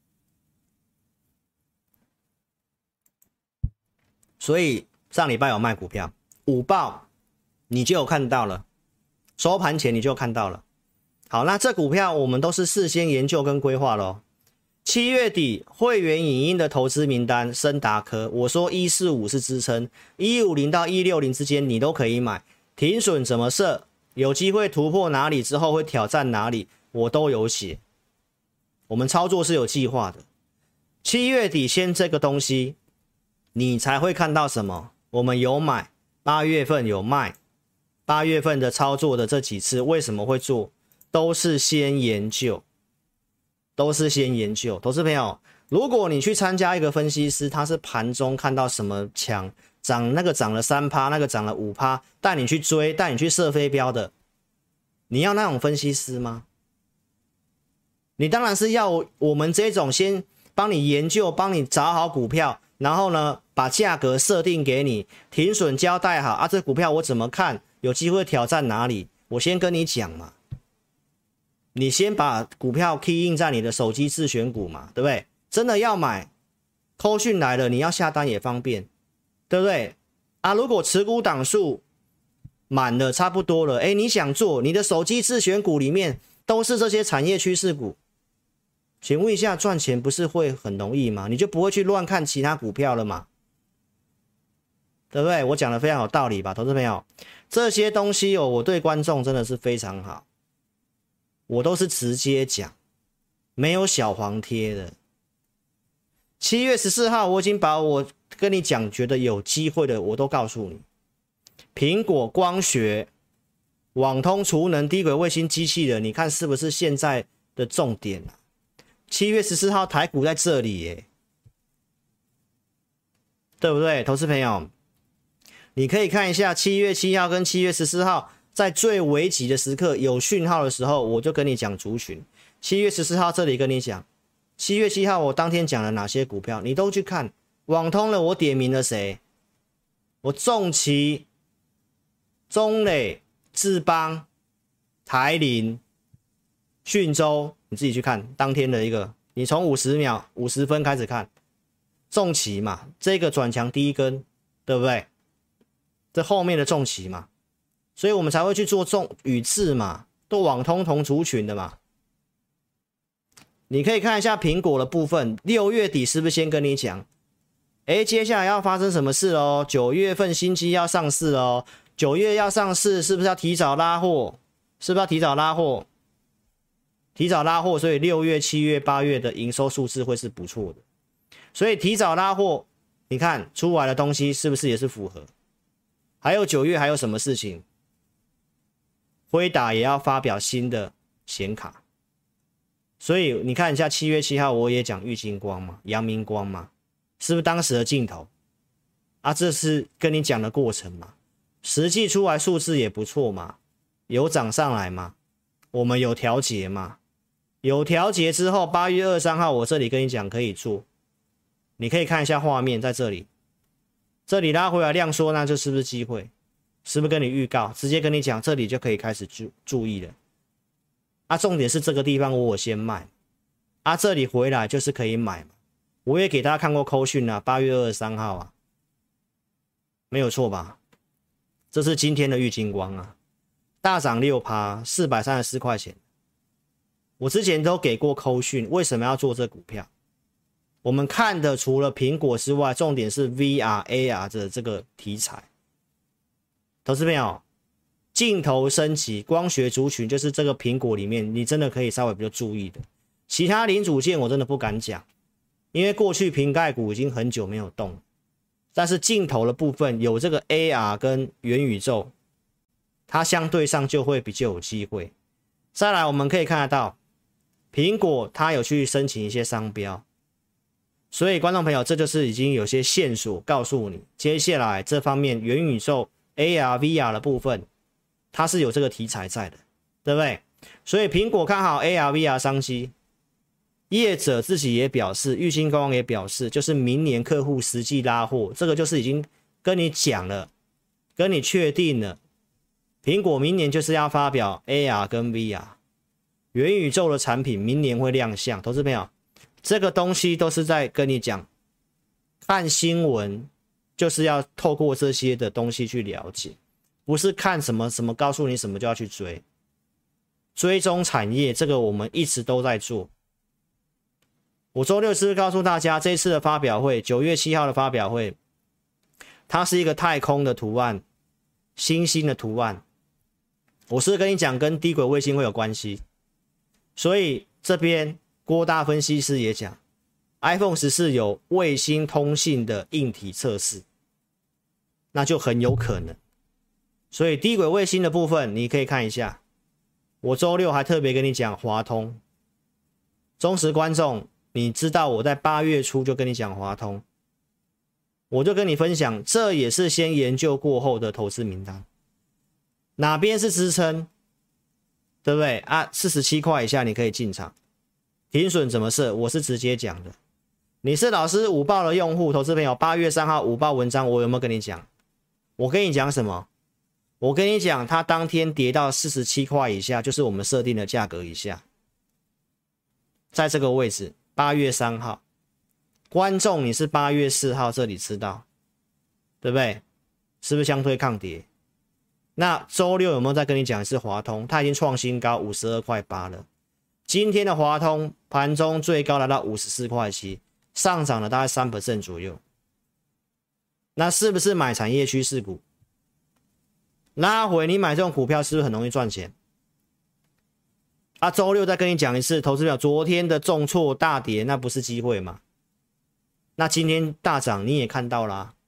所以上礼拜有卖股票，午报你就有看到了，收盘前你就看到了。好，那这股票我们都是事先研究跟规划咯。七月底会员影音的投资名单，森达科，我说一四五是支撑，一五零到一六零之间你都可以买，停损怎么设？有机会突破哪里之后会挑战哪里，我都有写。我们操作是有计划的。七月底先这个东西，你才会看到什么？我们有买，八月份有卖，八月份的操作的这几次为什么会做，都是先研究，都是先研究。投资朋友，如果你去参加一个分析师，他是盘中看到什么强。涨那个涨了 百分之三， 那个涨了 百分之五， 带你去追，带你去射飞镖的，你要那种分析师吗？ 你当然是要我们这种先帮你研究，帮你找好股票，然后呢把价格设定给你，停损交代好啊，这股票我怎么看，有机会挑战哪里，我先跟你讲嘛。你先把股票 key in 在你的手机自选股嘛，对不对？真的要买，扣讯来了，你要下单也方便，对不对？啊，如果持股档数满了差不多了，哎，你想做，你的手机自选股里面都是这些产业趋势股，请问一下，赚钱不是会很容易吗？你就不会去乱看其他股票了嘛，对不对？我讲的非常有道理吧，投资朋友，这些东西哦，我对观众真的是非常好。我都是直接讲，没有小黄贴的。七月十四号，我已经把我跟你讲觉得有机会的，我都告诉你。苹果、光学、网通、储能、低轨卫星、机器人，你看是不是现在的重点啊？七月十四号台股在这里耶，对不对？投资朋友，你可以看一下七月七号跟七月十四号。在最危急的时刻有讯号的时候，我就跟你讲族群。七月十四号这里跟你讲，七月七号我当天讲了哪些股票，你都去看。网通了，我点名了谁？我重骑、中磊、智邦、台铃、讯州，你自己去看当天的一个，你从五十秒、五十分开始看，重骑嘛，这个转强第一根，对不对？这后面的重骑嘛。所以我们才会去做重与智嘛，都网通同族群的嘛。你可以看一下苹果的部分，六月底是不是先跟你讲，哎，接下来要发生什么事咯？九月份新机要上市哦，九月要上市，是不是要提早拉货？是不是要提早拉货？提早拉货，所以六月、七月、八月的营收数字会是不错的。所以提早拉货，你看出来的东西是不是也是符合？还有九月还有什么事情？辉达也要发表新的显卡，所以你看一下七月七号我也讲玉晶光嘛，阳明光嘛，是不是当时的镜头啊？这是跟你讲的过程嘛，实际出来数字也不错嘛，有涨上来嘛，我们有调节嘛，有调节之后八月二十三号我这里跟你讲可以做，你可以看一下画面在这里，这里拉回来量缩，那这是不是机会？是不是跟你预告，直接跟你讲，这里就可以开始注注意了。啊，重点是这个地方我先卖，啊，这里回来就是可以买嘛。我也给大家看过扣讯啊，八月二十三号啊，没有错吧？这是今天的玉晶光啊，大涨 百分之六， 四百三十四块钱。我之前都给过扣讯，为什么要做这股票？我们看的除了苹果之外，重点是 V R、A R 的这个题材。投资朋友，镜头升级、光学族群就是这个苹果里面，你真的可以稍微比较注意的。其他零组件我真的不敢讲，因为过去瓶盖股已经很久没有动，但是镜头的部分有这个 A R 跟元宇宙，它相对上就会比较有机会。再来，我们可以看得到，苹果它有去申请一些商标，所以观众朋友，这就是已经有些线索告诉你，接下来这方面元宇宙。A R、V R 的部分，它是有这个题材在的，对不对？所以苹果看好 A R、V R 商机，业者自己也表示，玉晶光也表示，就是明年客户实际拉货，这个就是已经跟你讲了，跟你确定了，苹果明年就是要发表 A R 跟 V R 元宇宙的产品，明年会亮相。投资朋友，这个东西都是在跟你讲，看新闻。就是要透过这些的东西去了解，不是看什么什么告诉你什么就要去追。追踪产业这个我们一直都在做。我周六是不是告诉大家，这次的发表会，九月七号的发表会，它是一个太空的图案，星星的图案。我是跟你讲，跟低轨卫星会有关系，所以这边郭大分析师也讲 ，iPhone 十四有卫星通信的硬体测试。那就很有可能，所以低轨卫星的部分你可以看一下，我周六还特别跟你讲华通，忠实观众你知道我在八月初就跟你讲华通，我就跟你分享，这也是先研究过后的投资名单，哪边是支撑，对不对啊？四十七块以下你可以进场， 停损怎么设，我是直接讲的。你是老师午报的用户，投资朋友，八月三号午报文章，我有没有跟你讲？我跟你讲什么？我跟你讲，它当天跌到四十七块以下，就是我们设定的价格以下，在这个位置，八月三号。观众，你是八月四号这里知道，对不对？是不是相对抗跌？那周六有没有再跟你讲一次华通？它已经创新高五十二块八了。今天的华通盘中最高来到五十四块七，上涨了大概 百分之三 左右。那是不是买产业趋势股？拉回你买这种股票是不是很容易赚钱？啊，周六再跟你讲一次，投资表昨天的重挫大跌，那不是机会吗？那今天大涨你也看到啦、啊，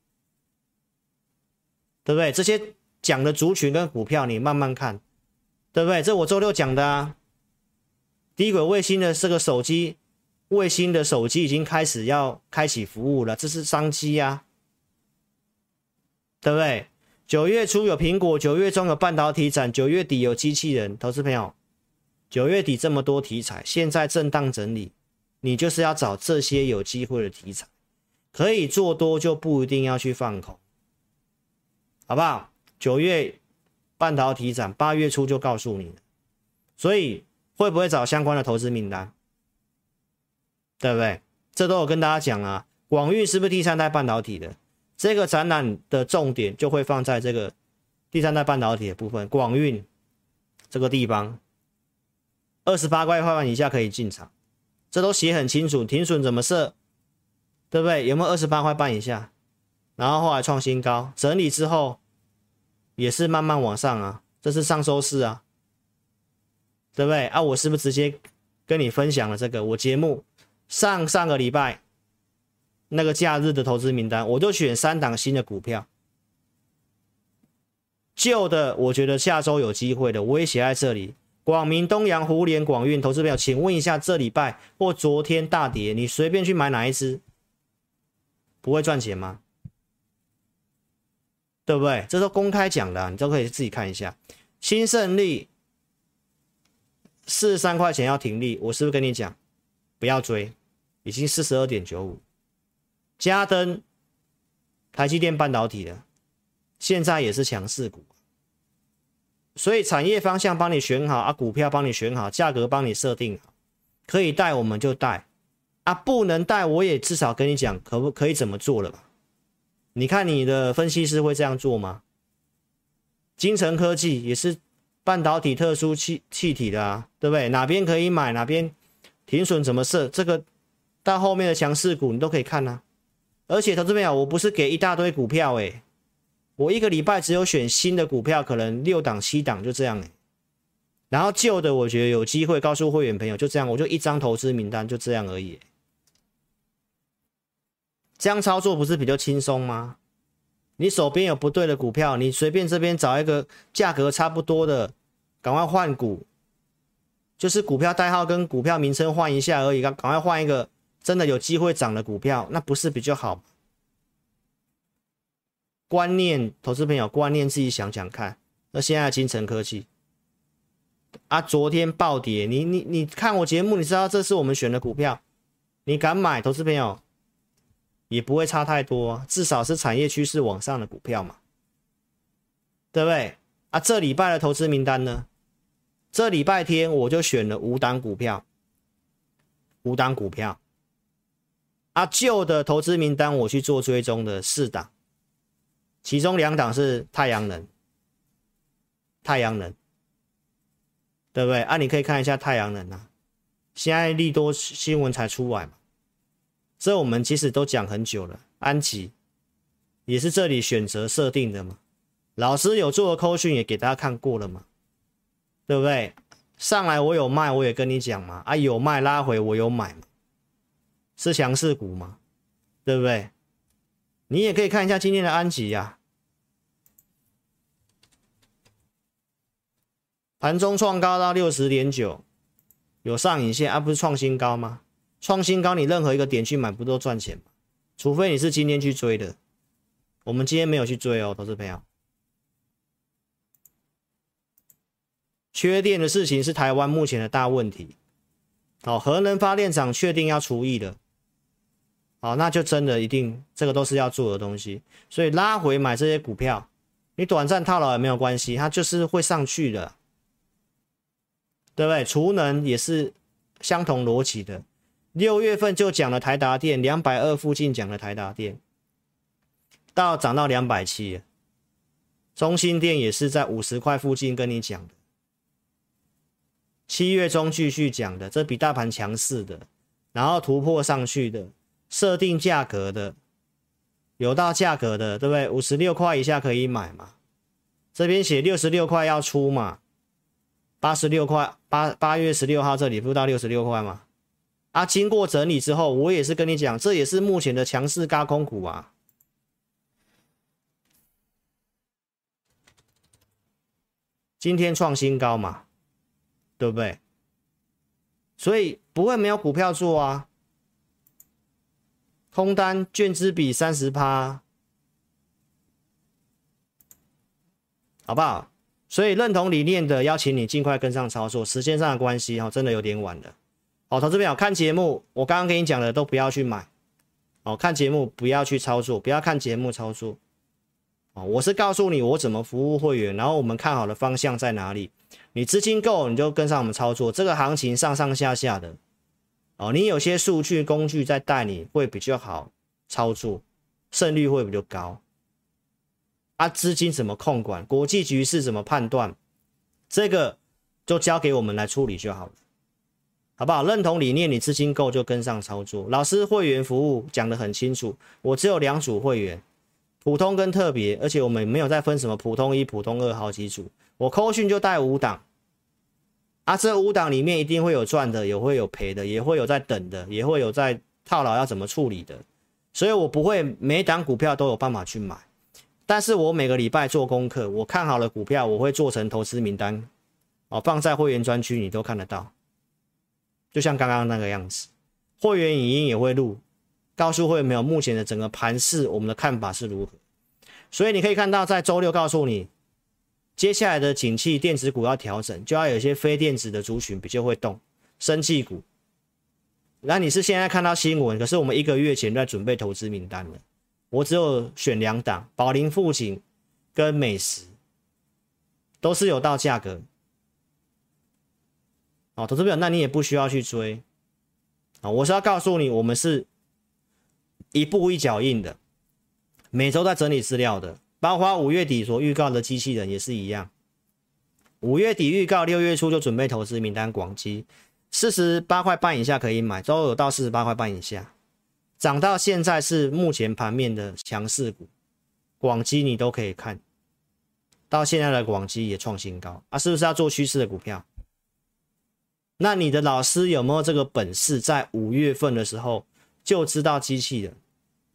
对不对？这些讲的族群跟股票你慢慢看，对不对？这我周六讲的啊。低轨卫星的这个手机，卫星的手机已经开始要开启服务了，这是商机啊，对不对？九月初有苹果，九月中有半导体展，九月底有机器人。投资朋友，九月底这么多题材，现在震荡整理，你就是要找这些有机会的题材。可以做多就不一定要去放空，好不好？九月半导体展，八月初就告诉你了。所以会不会找相关的投资名单？对不对？这都有跟大家讲啊。广运是不是第三代半导体的？这个展览的重点就会放在这个第三代半导体的部分。广运这个地方，二十八块半以下可以进场，这都写很清楚，停损怎么设？对不对？有没有二十八块半以下？然后后来创新高，整理之后也是慢慢往上啊，这是上周四啊，对不对？啊，我是不是直接跟你分享了这个？我节目上上个礼拜那个假日的投资名单，我就选三档新的股票，旧的我觉得下周有机会的，我也写在这里。广明、东阳、湖联、广运，投资朋友，请问一下，这礼拜或昨天大跌，你随便去买哪一支？不会赚钱吗？对不对？这都公开讲的、啊，你都可以自己看一下。新胜利四十三块钱要停利，我是不是跟你讲不要追？已经 四十二点九五。嘉登台积电半导体的，现在也是强势股，所以产业方向帮你选好啊，股票帮你选好，价格帮你设定好，可以带我们就带。啊，不能带我也至少跟你讲可不可以怎么做了吧？你看你的分析师会这样做吗？精诚科技也是半导体特殊气气体的啊，对不对？哪边可以买，哪边停损怎么设，这个到后面的强势股你都可以看啊。而且投资朋友，我不是给一大堆股票诶、欸，我一个礼拜只有选新的股票，可能六档七档就这样诶、欸。然后旧的我觉得有机会告诉会员朋友，就这样，我就一张投资名单就这样而已、欸。这样操作不是比较轻松吗？你手边有不对的股票，你随便这边找一个价格差不多的，赶快换股，就是股票代号跟股票名称换一下而已，赶快换一个真的有机会涨的股票，那不是比较好吗？观念，投资朋友观念自己想想看。那现在精诚科技啊，昨天暴跌，你你你看我节目，你知道这是我们选的股票，你敢买，投资朋友？也不会差太多，至少是产业趋势往上的股票嘛，对不对？啊，这礼拜的投资名单呢？这礼拜天我就选了五档股票，五档股票。啊，旧的投资名单我去做追踪的四档，其中两档是太阳能，太阳能，对不对？啊，你可以看一下太阳能啊，现在利多新闻才出来嘛。这我们其实都讲很久了，安吉也是这里选择设定的嘛，老师有做的扣讯也给大家看过了嘛，对不对？上来我有卖，我也跟你讲嘛，啊有卖拉回我有买嘛，是强势股嘛，对不对？你也可以看一下今天的安吉啊，盘中创高到 六十点九， 有上影线啊，不是创新高吗？创新高，你任何一个点去买不都赚钱吗？除非你是今天去追的，我们今天没有去追哦，投资朋友。缺电的事情是台湾目前的大问题， 好，核能发电厂确定要除役了，好，那就真的一定这个都是要做的东西，所以拉回买这些股票，你短暂套牢也没有关系，它就是会上去的，对不对？储能也是相同逻辑的，六月份就讲了台达电两百二十附近讲了台达电，到涨到两百七十，中兴电也是在五十块附近跟你讲的。七月中继续讲的，这比大盘强势的，然后突破上去的，设定价格的，有到价格的，对不对？五十六块以下可以买嘛？这边写六十六块要出嘛？八十六块，八八月十六号这里不到六十六块嘛？啊，经过整理之后，我也是跟你讲，这也是目前的强势軋空股啊。今天创新高嘛？对不对？所以不会没有股票做啊。空单券资比 百分之三十， 好不好？所以认同理念的，邀请你尽快跟上操作。时间上的关系，真的有点晚了。好，投资朋友看节目，我刚刚跟你讲的都不要去买。哦，看节目不要去操作，不要看节目操作。哦，我是告诉你我怎么服务会员，然后我们看好的方向在哪里。你资金够，你就跟上我们操作。这个行情上上下下的，哦，你有些数据工具在带你会比较好操作，胜率会比较高。啊，资金怎么控管，国际局势怎么判断，这个就交给我们来处理就好了，好不好？认同理念，你资金够就跟上操作。老师会员服务讲得很清楚，我只有两组会员。普通跟特别，而且我们没有再分什么普通一、普通二好几组，我扣讯就带五档，啊，这五档里面一定会有赚的，也会有赔的，也会有在等的，也会有在套牢要怎么处理的，所以我不会每档股票都有办法去买，但是我每个礼拜做功课，我看好了股票，我会做成投资名单，哦，放在会员专区你都看得到，就像刚刚那个样子，会员影音也会录。告诉会员没有目前的整个盘势，我们的看法是如何？所以你可以看到，在周六告诉你，接下来的景气电子股要调整，就要有一些非电子的族群比较会动，生技股。那你是现在看到新闻，可是我们一个月前就在准备投资名单了，我只有选两档，宝林富锦跟美食，都是有到价格。哦，投资表，那你也不需要去追。啊，我是要告诉你，我们是一步一脚印的，每周在整理资料的，包括五月底所预告的机器人也是一样。五月底预告，六月初就准备投资名单，广基四十八块半以下可以买，都有到四十八块半以下，涨到现在是目前盘面的强势股，广基你都可以看到现在的广基也创新高啊，是不是要做趋势的股票？那你的老师有没有这个本事，在五月份的时候就知道机器人，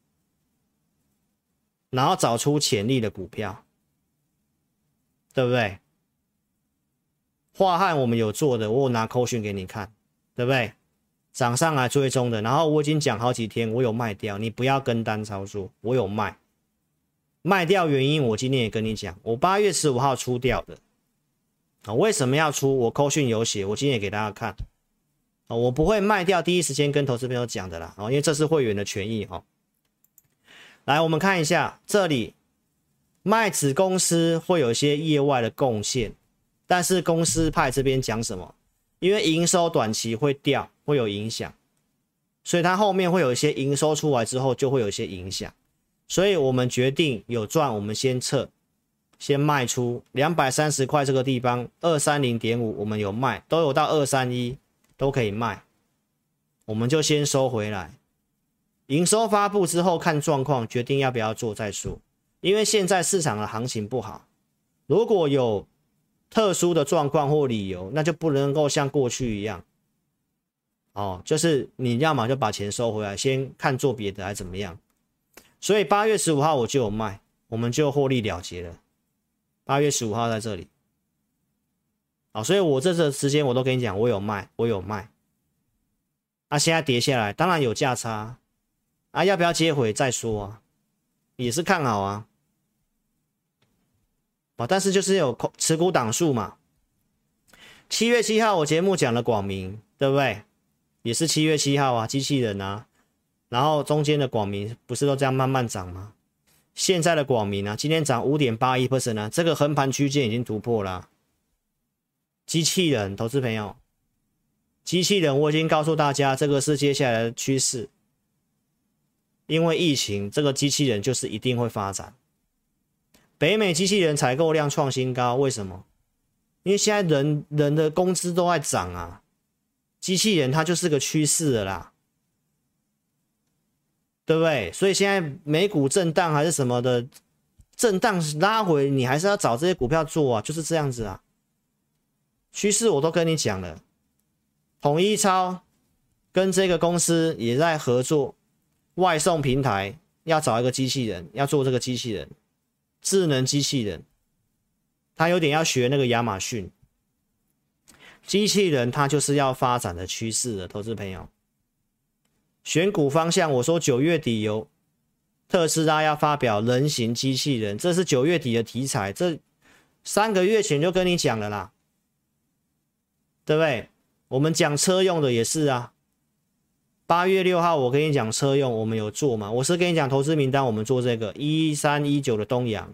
然后找出潜力的股票，对不对？华汉我们有做的，我有拿扣讯给你看，对不对？涨上来追踪的，然后我已经讲好几天，我有卖掉，你不要跟单操作，我有卖，卖掉原因我今天也跟你讲，我八月十五号出掉的，啊，为什么要出？我扣讯有写，我今天也给大家看。哦，我不会卖掉，第一时间跟投资朋友讲的啦，哦，因为这是会员的权益哦。来，我们看一下这里，卖子公司会有一些业外的贡献，但是公司派这边讲什么？因为营收短期会掉，会有影响，所以它后面会有一些营收出来之后就会有一些影响，所以我们决定有赚，我们先撤，先卖出两百三十块这个地方 二三零点五 我们有卖，都有到二三一。都可以卖，我们就先收回来。营收发布之后看状况，决定要不要做再说。因为现在市场的行情不好，如果有特殊的状况或理由，那就不能够像过去一样，哦，就是你要么就把钱收回来，先看做别的还怎么样。所以八月十五号我就有卖，我们就获利了结了。八月十五号在这里。好，所以我这次时间我都跟你讲，我有卖，我有卖。啊，现在跌下来，当然有价差啊，要不要接回再说啊？也是看好啊。啊，但是就是有持股档数嘛。七月七号我节目讲了广明，对不对？ 也是七月七号啊，机器人啊，然后中间的广明不是都这样慢慢涨吗？现在的广明啊，今天涨 百分之五点八一 啊，这个横盘区间已经突破了啊。机器人，投资朋友，机器人我已经告诉大家，这个是接下来的趋势。因为疫情，这个机器人就是一定会发展。北美机器人采购量创新高，为什么？因为现在人人的工资都在涨啊，机器人它就是个趋势了啦，对不对？所以现在美股震荡还是什么的，震荡拉回，你还是要找这些股票做啊，就是这样子啊。趋势我都跟你讲了，统一超跟这个公司也在合作，外送平台要找一个机器人，要做这个机器人，智能机器人。他有点要学那个亚马逊机器人，它就是要发展的趋势的，投资朋友。选股方向，我说九月底有特斯拉要发表人形机器人，这是九月底的题材，这三个月前就跟你讲了啦，对不对？我们讲车用的也是啊，八月六号我跟你讲车用，我们有做嘛？我是跟你讲投资名单，我们做这个一三一九的东阳。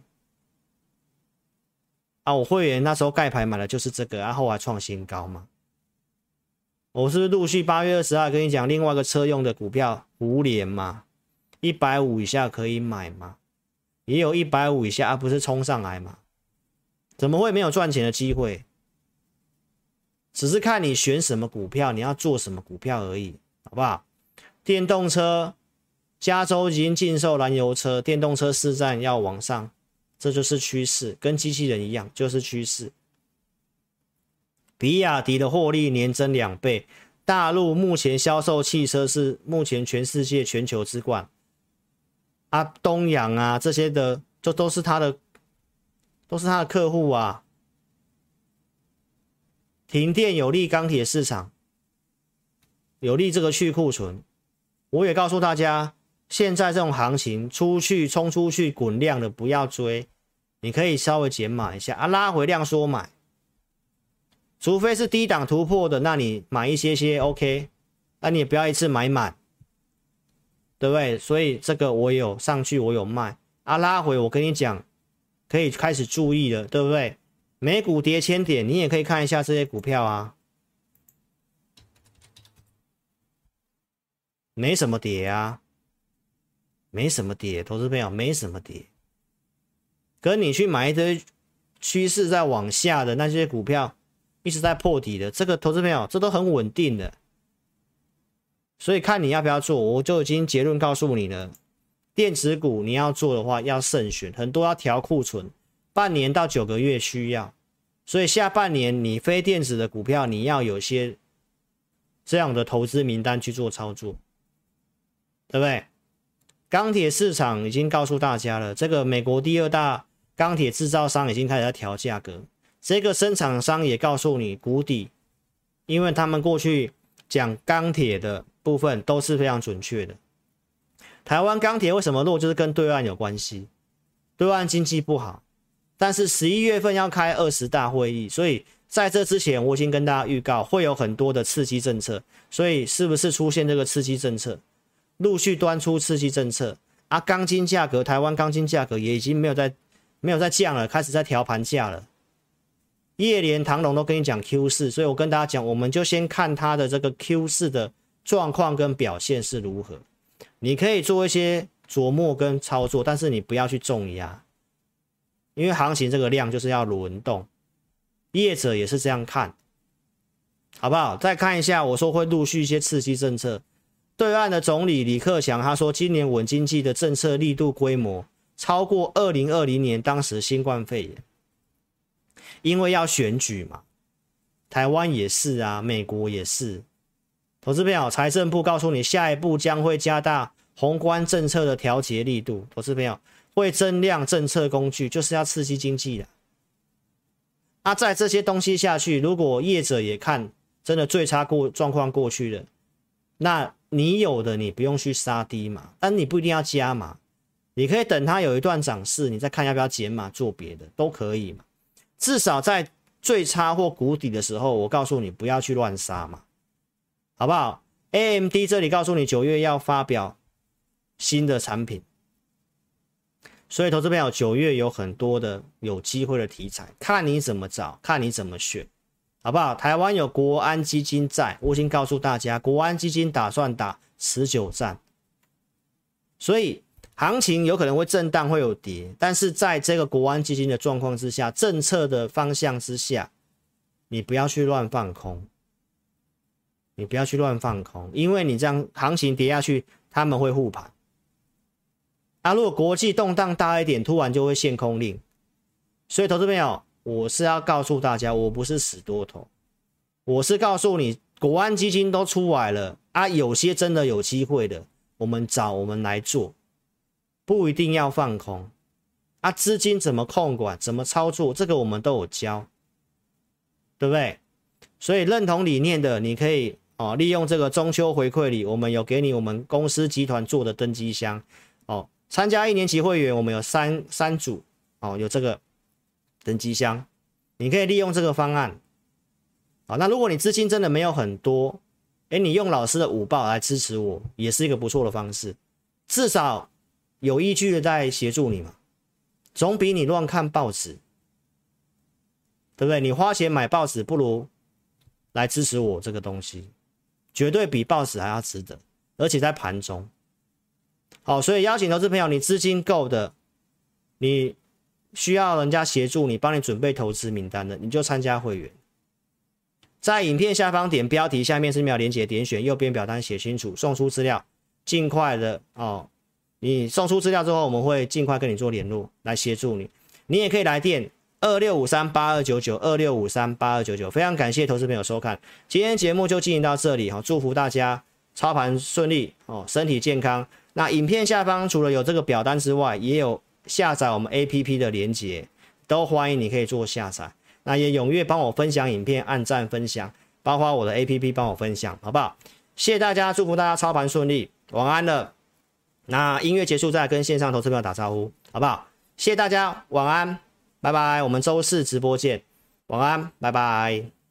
啊，我会员那时候盖牌买的就是这个，啊，后来创新高嘛。我是不是陆续八月二十二跟你讲另外一个车用的股票胡联嘛，一百五以下可以买嘛，也有一百五以下，而、啊、不是冲上来嘛？怎么会没有赚钱的机会？只是看你选什么股票，你要做什么股票而已，好不好？电动车，加州已经禁售燃油车，电动车市占要往上。这就是趋势，跟机器人一样，就是趋势。比亚迪的获利年增两倍，大陆目前销售汽车是目前全世界全球之冠。啊，东阳啊这些的，这都是他的，都是他的客户啊。停电有利钢铁市场，有利这个去库存。我也告诉大家，现在这种行情，出去冲出去滚量的不要追。你可以稍微减码一下啊，拉回量缩买，除非是低档突破的，那你买一些些 OK， 那你也不要一次买满，对不对？所以这个我有上去，我有卖啊，拉回我跟你讲，可以开始注意了，对不对？美股跌千点，你也可以看一下这些股票啊，没什么跌啊，没什么跌，投资朋友没什么跌。跟你去买一堆趋势在往下的那些股票，一直在破底的，这个投资朋友这都很稳定的，所以看你要不要做，我就已经结论告诉你了。电子股你要做的话要慎选，很多要调库存，半年到九个月需要，所以下半年你非电子的股票你要有些这样的投资名单去做操作，对不对？钢铁市场已经告诉大家了，这个美国第二大钢铁制造商已经开始在调价格，这个生产商也告诉你谷底，因为他们过去讲钢铁的部分都是非常准确的。台湾钢铁为什么弱，就是跟对岸有关系，对岸经济不好，但是十一月份要开二十大会议，所以在这之前我已经跟大家预告会有很多的刺激政策，所以是不是出现这个刺激政策，陆续端出刺激政策啊？钢筋价格，台湾钢筋价格也已经没有在没有在降了，开始在调盘价了。叶联、唐龙都跟你讲 Q 四， 所以我跟大家讲，我们就先看它的这个 Q 四 的状况跟表现是如何。你可以做一些琢磨跟操作，但是你不要去重压，因为行情这个量就是要轮动，业者也是这样看，好不好？再看一下，我说会陆续一些刺激政策。对岸的总理李克强他说，今年稳经济的政策力度规模超过二零二零年当时新冠肺炎，因为要选举嘛，台湾也是啊，美国也是。投资朋友，财政部告诉你，下一步将会加大宏观政策的调节力度。投资朋友，会增量政策工具，就是要刺激经济的。啊，在这些东西下去，如果业者也看真的最差过状况过去了，那你有的你不用去杀低嘛，但你不一定要加码，你可以等它有一段涨势，你再看要不要减码做别的都可以嘛。至少在最差或谷底的时候，我告诉你不要去乱杀嘛，好不好？ A M D 这里告诉你九月要发表新的产品，所以投资朋友九月有很多的有机会的题材，看你怎么找，看你怎么选，好不好？台湾有国安基金在，我已经告诉大家，国安基金打算打持久战，所以行情有可能会震荡，会有跌，但是在这个国安基金的状况之下，政策的方向之下，你不要去乱放空，你不要去乱放空，因为你这样行情跌下去，他们会护盘。啊，如果国际动荡大一点，突然就会限空令。所以投资朋友，我是要告诉大家，我不是死多头，我是告诉你，国安基金都出来了啊，有些真的有机会的，我们找我们来做，不一定要放空啊。资金怎么控管，怎么操作，这个我们都有教，对不对？所以认同理念的，你可以哦，利用这个中秋回馈礼，我们有给你我们公司集团做的登机箱哦。参加一年期会员，我们有三三组哦，有这个登机箱，你可以利用这个方案。好，那如果你资金真的没有很多，哎，你用老师的午报来支持我，也是一个不错的方式，至少有依据的在协助你嘛，总比你乱看报纸，对不对？你花钱买报纸，不如来支持我这个东西，绝对比报纸还要值得，而且在盘中。好，所以邀请投资朋友，你资金够的，你需要人家协助你，帮你准备投资名单的，你就参加会员。在影片下方点标题，下面是秒连结，点选右边表单写清楚，送出资料，尽快的哦。你送出资料之后，我们会尽快跟你做联络，来协助你。你也可以来电二六五三八二九九二六五三八二九九。非常感谢投资朋友收看，今天节目就进行到这里，祝福大家操盘顺利哦，身体健康。那影片下方除了有这个表单之外，也有下载我们 A P P 的连结，都欢迎你可以做下载。那也踊跃帮我分享影片，按赞分享，包括我的 A P P 帮我分享，好不好？谢谢大家，祝福大家操盘顺利，晚安了。那音乐结束再跟线上投资朋友打招呼，好不好？谢谢大家，晚安，拜拜。我们周四直播见，晚安，拜拜。